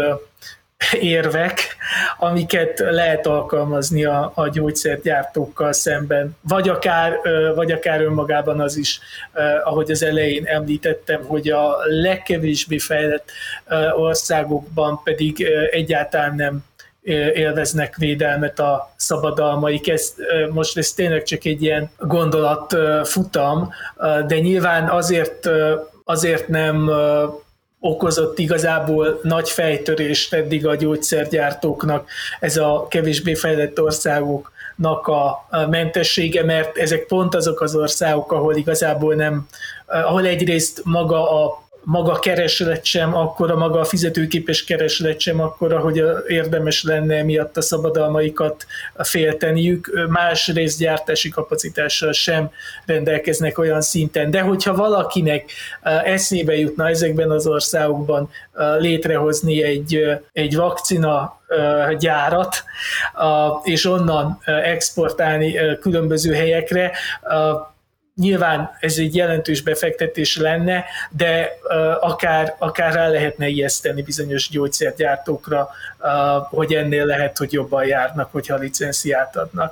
érvek, amiket lehet alkalmazni a, a gyógyszergyártókkal szemben. Vagy akár, vagy akár önmagában az is, ahogy az elején említettem, hogy a legkevésbé fejlett országokban pedig egyáltalán nem élveznek védelmet a szabadalmaik. Ez, most ez tényleg csak egy ilyen gondolatfutam, de nyilván azért, azért nem okozott igazából nagy fejtörést eddig a gyógyszergyártóknak ez a kevésbé fejlett országoknak a mentessége, mert ezek pont azok az országok, ahol igazából nem, ahol egyrészt maga a maga kereslet sem akkora, maga a fizetőképes kereslet sem akkora, hogy érdemes lenne miatt a szabadalmaikat félteniük. Másrészt gyártási kapacitással sem rendelkeznek olyan szinten. De hogyha valakinek eszébe jutna ezekben az országokban létrehozni egy, egy vakcina gyárat, és onnan exportálni különböző helyekre, nyilván ez egy jelentős befektetés lenne, de uh, akár, akár rá lehetne ijeszteni bizonyos gyógyszergyártókra, uh, hogy ennél lehet, hogy jobban járnak, hogyha licenciát adnak.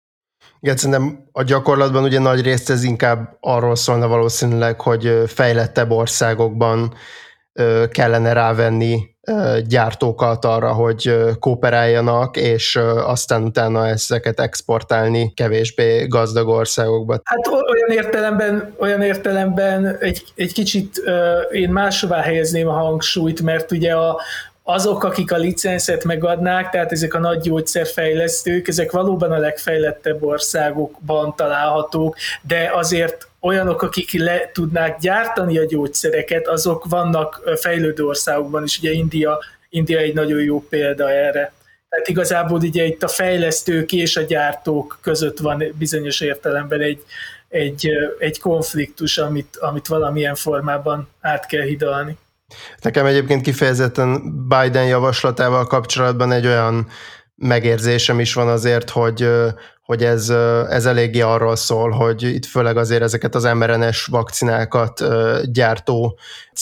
Igen, szerintem a gyakorlatban ugye nagy részt ez inkább arról szólna valószínűleg, hogy fejlettebb országokban uh, kellene rávenni gyártókat arra, hogy kooperáljanak, és aztán utána ezeket exportálni kevésbé gazdag országokba. Hát olyan értelemben, olyan értelemben egy, egy kicsit én máshová helyezném a hangsúlyt, mert ugye a, azok, akik a licenszet megadnák, tehát ezek a nagy gyógyszerfejlesztők, ezek valóban a legfejlettebb országokban találhatók, de azért olyanok, akik le tudnák gyártani a gyógyszereket, azok vannak fejlődő országokban is, ugye India, India egy nagyon jó példa erre. Tehát igazából ugye itt a fejlesztők és a gyártók között van bizonyos értelemben egy, egy, egy konfliktus, amit, amit valamilyen formában át kell hidalni. Nekem egyébként kifejezetten Biden javaslatával kapcsolatban egy olyan megérzésem is van azért, hogy, hogy ez, ez eléggé arról szól, hogy itt főleg azért ezeket az em er en es vakcinákat gyártó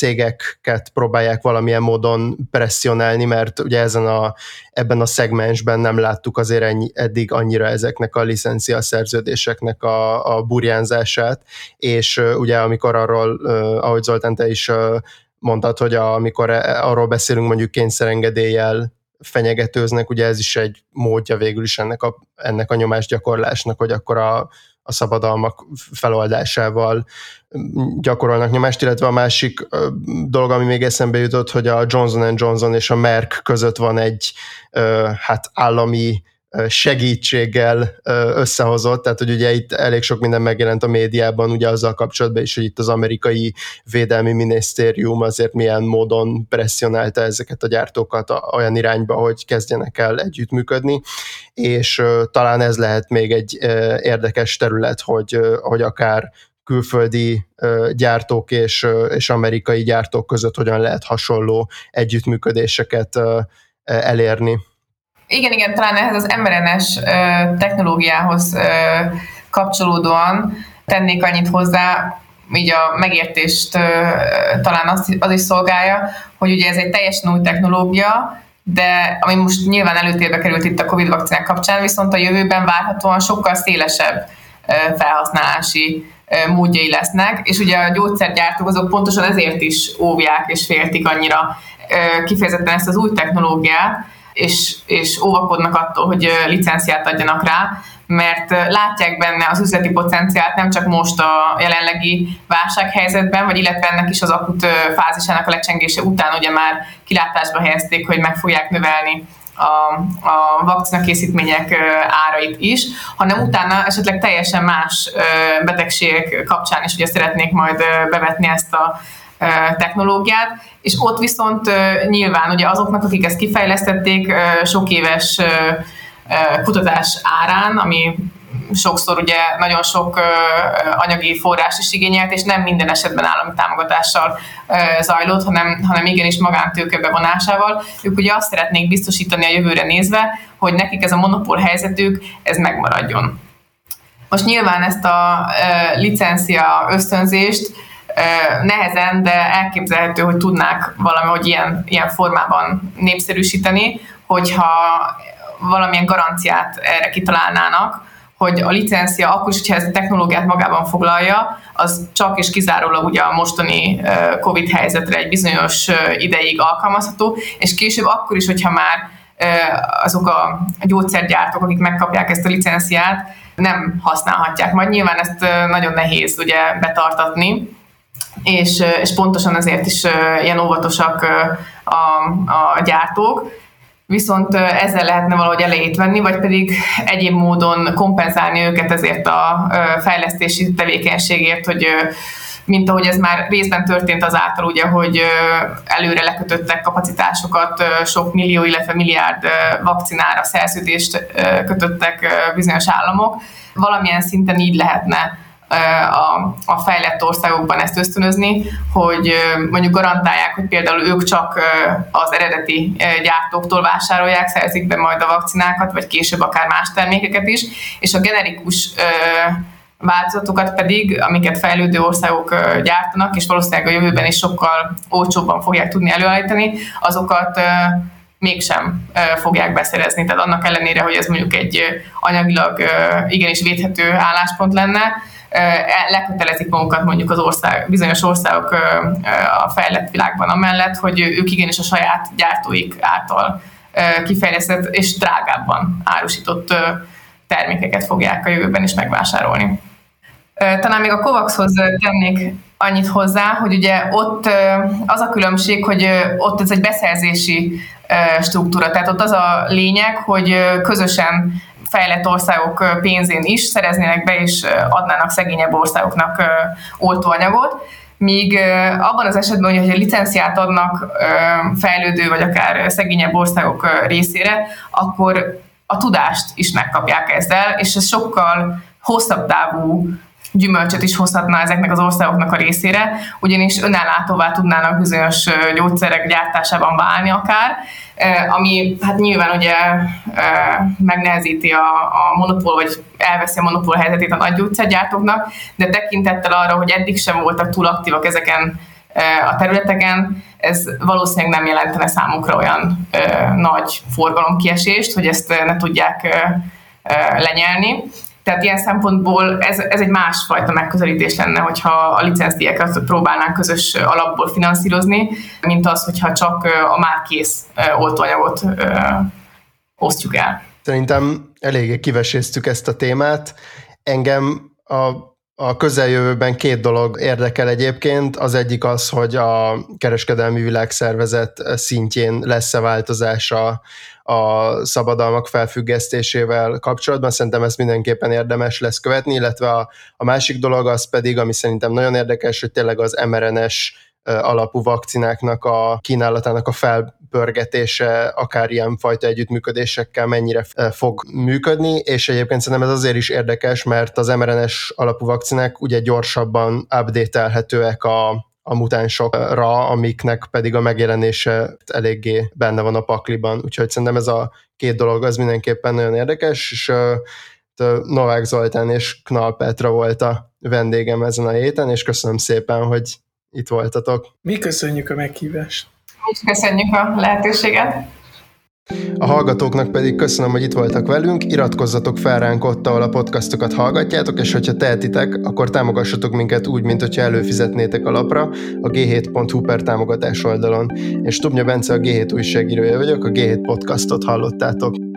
cégeket próbálják valamilyen módon presszionálni, mert ugye ezen a, ebben a szegmensben nem láttuk azért ennyi, eddig annyira ezeknek a licencia szerződéseknek a, a burjánzását, és ugye amikor arról, ahogy Zoltán, te is mondtad, hogy amikor arról beszélünk mondjuk kényszerengedéllyel fenyegetőznek, ugye ez is egy módja végül is ennek a, ennek a nyomásgyakorlásnak, hogy akkor a, a szabadalmak feloldásával gyakorolnak nyomást, illetve a másik dolog, ami még eszembe jutott, hogy a Johnson and Johnson és a Merck között van egy hát állami segítséggel összehozott, tehát hogy ugye itt elég sok minden megjelent a médiában, ugye azzal kapcsolatban is, hogy itt az amerikai védelmi minisztérium azért milyen módon presszionálta ezeket a gyártókat olyan irányba, hogy kezdjenek el együttműködni, és talán ez lehet még egy érdekes terület, hogy, hogy akár külföldi gyártók és, és amerikai gyártók között hogyan lehet hasonló együttműködéseket elérni. Igen, igen, talán ehhez az em er en es technológiához kapcsolódóan tennék annyit hozzá, így a megértést talán az, az is szolgálja, hogy ugye ez egy teljesen új technológia, de ami most nyilván előtérbe került itt a Covid vakcinák kapcsán, viszont a jövőben várhatóan sokkal szélesebb felhasználási módjai lesznek, és ugye a gyógyszergyártók azok pontosan ezért is óvják és féltik annyira kifejezetten ezt az új technológiát, és, és óvakodnak attól, hogy licenciát adjanak rá, mert látják benne az üzleti potenciált nem csak most a jelenlegi válsághelyzetben, vagy illetve ennek is az akut fázisának a lecsengése után ugye már kilátásba helyezték, hogy meg fogják növelni a, a vakcinakészítmények árait is, hanem utána esetleg teljesen más betegségek kapcsán is ugye szeretnék majd bevetni ezt a technológiát, és ott viszont nyilván ugye azoknak, akik ezt kifejlesztették, sok éves kutatás árán, ami sokszor ugye nagyon sok anyagi forrás is igényelt, és nem minden esetben állami támogatással zajlott, hanem, hanem igenis magántőke bevonásával. Ők ugye azt szeretnék biztosítani a jövőre nézve, hogy nekik ez a monopól helyzetük, ez megmaradjon. Most nyilván ezt a licencia ösztönzést nehezen, de elképzelhető, hogy tudnák valahogy ilyen, ilyen formában népszerűsíteni, hogyha valamilyen garanciát erre kitalálnának, hogy a licencia akkor is, hogyha ez a technológiát magában foglalja, az csak és kizárólag ugye a mostani Covid helyzetre egy bizonyos ideig alkalmazható, és később akkor is, hogyha már azok a gyógyszergyártók, akik megkapják ezt a licenciát, nem használhatják. Majd nyilván ezt nagyon nehéz ugye betartatni, és, és pontosan ezért is ilyen óvatosak a, a gyártók. Viszont ezzel lehetne valahogy elejét venni, vagy pedig egyéb módon kompenzálni őket ezért a fejlesztési tevékenységért, hogy mint ahogy ez már részben történt azáltal, ugye, hogy előre lekötöttek kapacitásokat, sok millió, illetve milliárd vakcinára szerződést kötöttek bizonyos államok. Valamilyen szinten így lehetne A, a fejlett országokban ezt ösztönözni, hogy mondjuk garantálják, hogy például ők csak az eredeti gyártóktól vásárolják, szerzik be majd a vakcinákat, vagy később akár más termékeket is, és a generikus változatokat pedig, amiket fejlődő országok gyártanak, és valószínűleg a jövőben is sokkal olcsóbban fogják tudni előállítani, azokat mégsem fogják beszerezni. Tehát annak ellenére, hogy ez mondjuk egy anyagilag igenis védhető álláspont lenne, lekötelezik magukat mondjuk az ország, bizonyos országok a fejlett világban amellett, hogy ők igenis a saját gyártóik által kifejlesztett és drágábban árusított termékeket fogják a jövőben is megvásárolni. Talán még a COVAX-hoz tennék annyit hozzá, hogy ugye ott az a különbség, hogy ott ez egy beszerzési struktúra, tehát ott az a lényeg, hogy közösen fejlett országok pénzén is szereznének be és adnának szegényebb országoknak oltóanyagot, míg abban az esetben, hogy licenciát adnak fejlődő vagy akár szegényebb országok részére, akkor a tudást is megkapják ezzel, és ez sokkal hosszabb távú gyümölcsöt is hozhatna ezeknek az országoknak a részére, ugyanis önellátóvá tudnának bizonyos gyógyszerek gyártásában válni akár, ami hát nyilván ugye megnehezíti a, a monopól, vagy elveszi a monopól helyzetét a nagy gyógyszergyártóknak, de tekintettel arra, hogy eddig sem voltak túl aktívak ezeken a területeken, ez valószínűleg nem jelentene számukra olyan nagy forgalomkiesést, hogy ezt ne tudják lenyelni. Tehát ilyen szempontból ez, ez egy másfajta megközelítés lenne, hogyha a licencdíjakat próbálnánk közös alapból finanszírozni, mint az, hogyha csak a már kész oltóanyagot osztjuk el. Szerintem eléggé kiveséztük ezt a témát. Engem a, a közeljövőben két dolog érdekel egyébként. Az egyik az, hogy a Kereskedelmi Világszervezet szintjén lesz-e változás a a szabadalmak felfüggesztésével kapcsolatban. Szerintem ezt mindenképpen érdemes lesz követni, illetve a, a másik dolog az pedig, ami szerintem nagyon érdekes, hogy tényleg az em er en es alapú vakcináknak a kínálatának a felpörgetése, akár ilyen fajta együttműködésekkel mennyire fog működni, és egyébként szerintem ez azért is érdekes, mert az em er en es alapú vakcinák ugye gyorsabban update-elhetőek a a mutánsokra, amiknek pedig a megjelenése eléggé benne van a pakliban. Úgyhogy szerintem ez a két dolog az mindenképpen nagyon érdekes, és uh, Novák Zoltán és Knall Petra volt a vendégem ezen a héten, és köszönöm szépen, hogy itt voltatok. Mi köszönjük a meghívást. Mi köszönjük a lehetőséget. A hallgatóknak pedig köszönöm, hogy itt voltak velünk, iratkozzatok fel ránk ott, ahol a podcastokat hallgatjátok, és hogyha tehetitek, akkor támogassatok minket úgy, mint hogyha előfizetnétek a lapra, a gé hét pont hú per támogatás oldalon. Én Stubnya Bence, a gé hét újságírója vagyok, a gé hét podcastot hallottátok.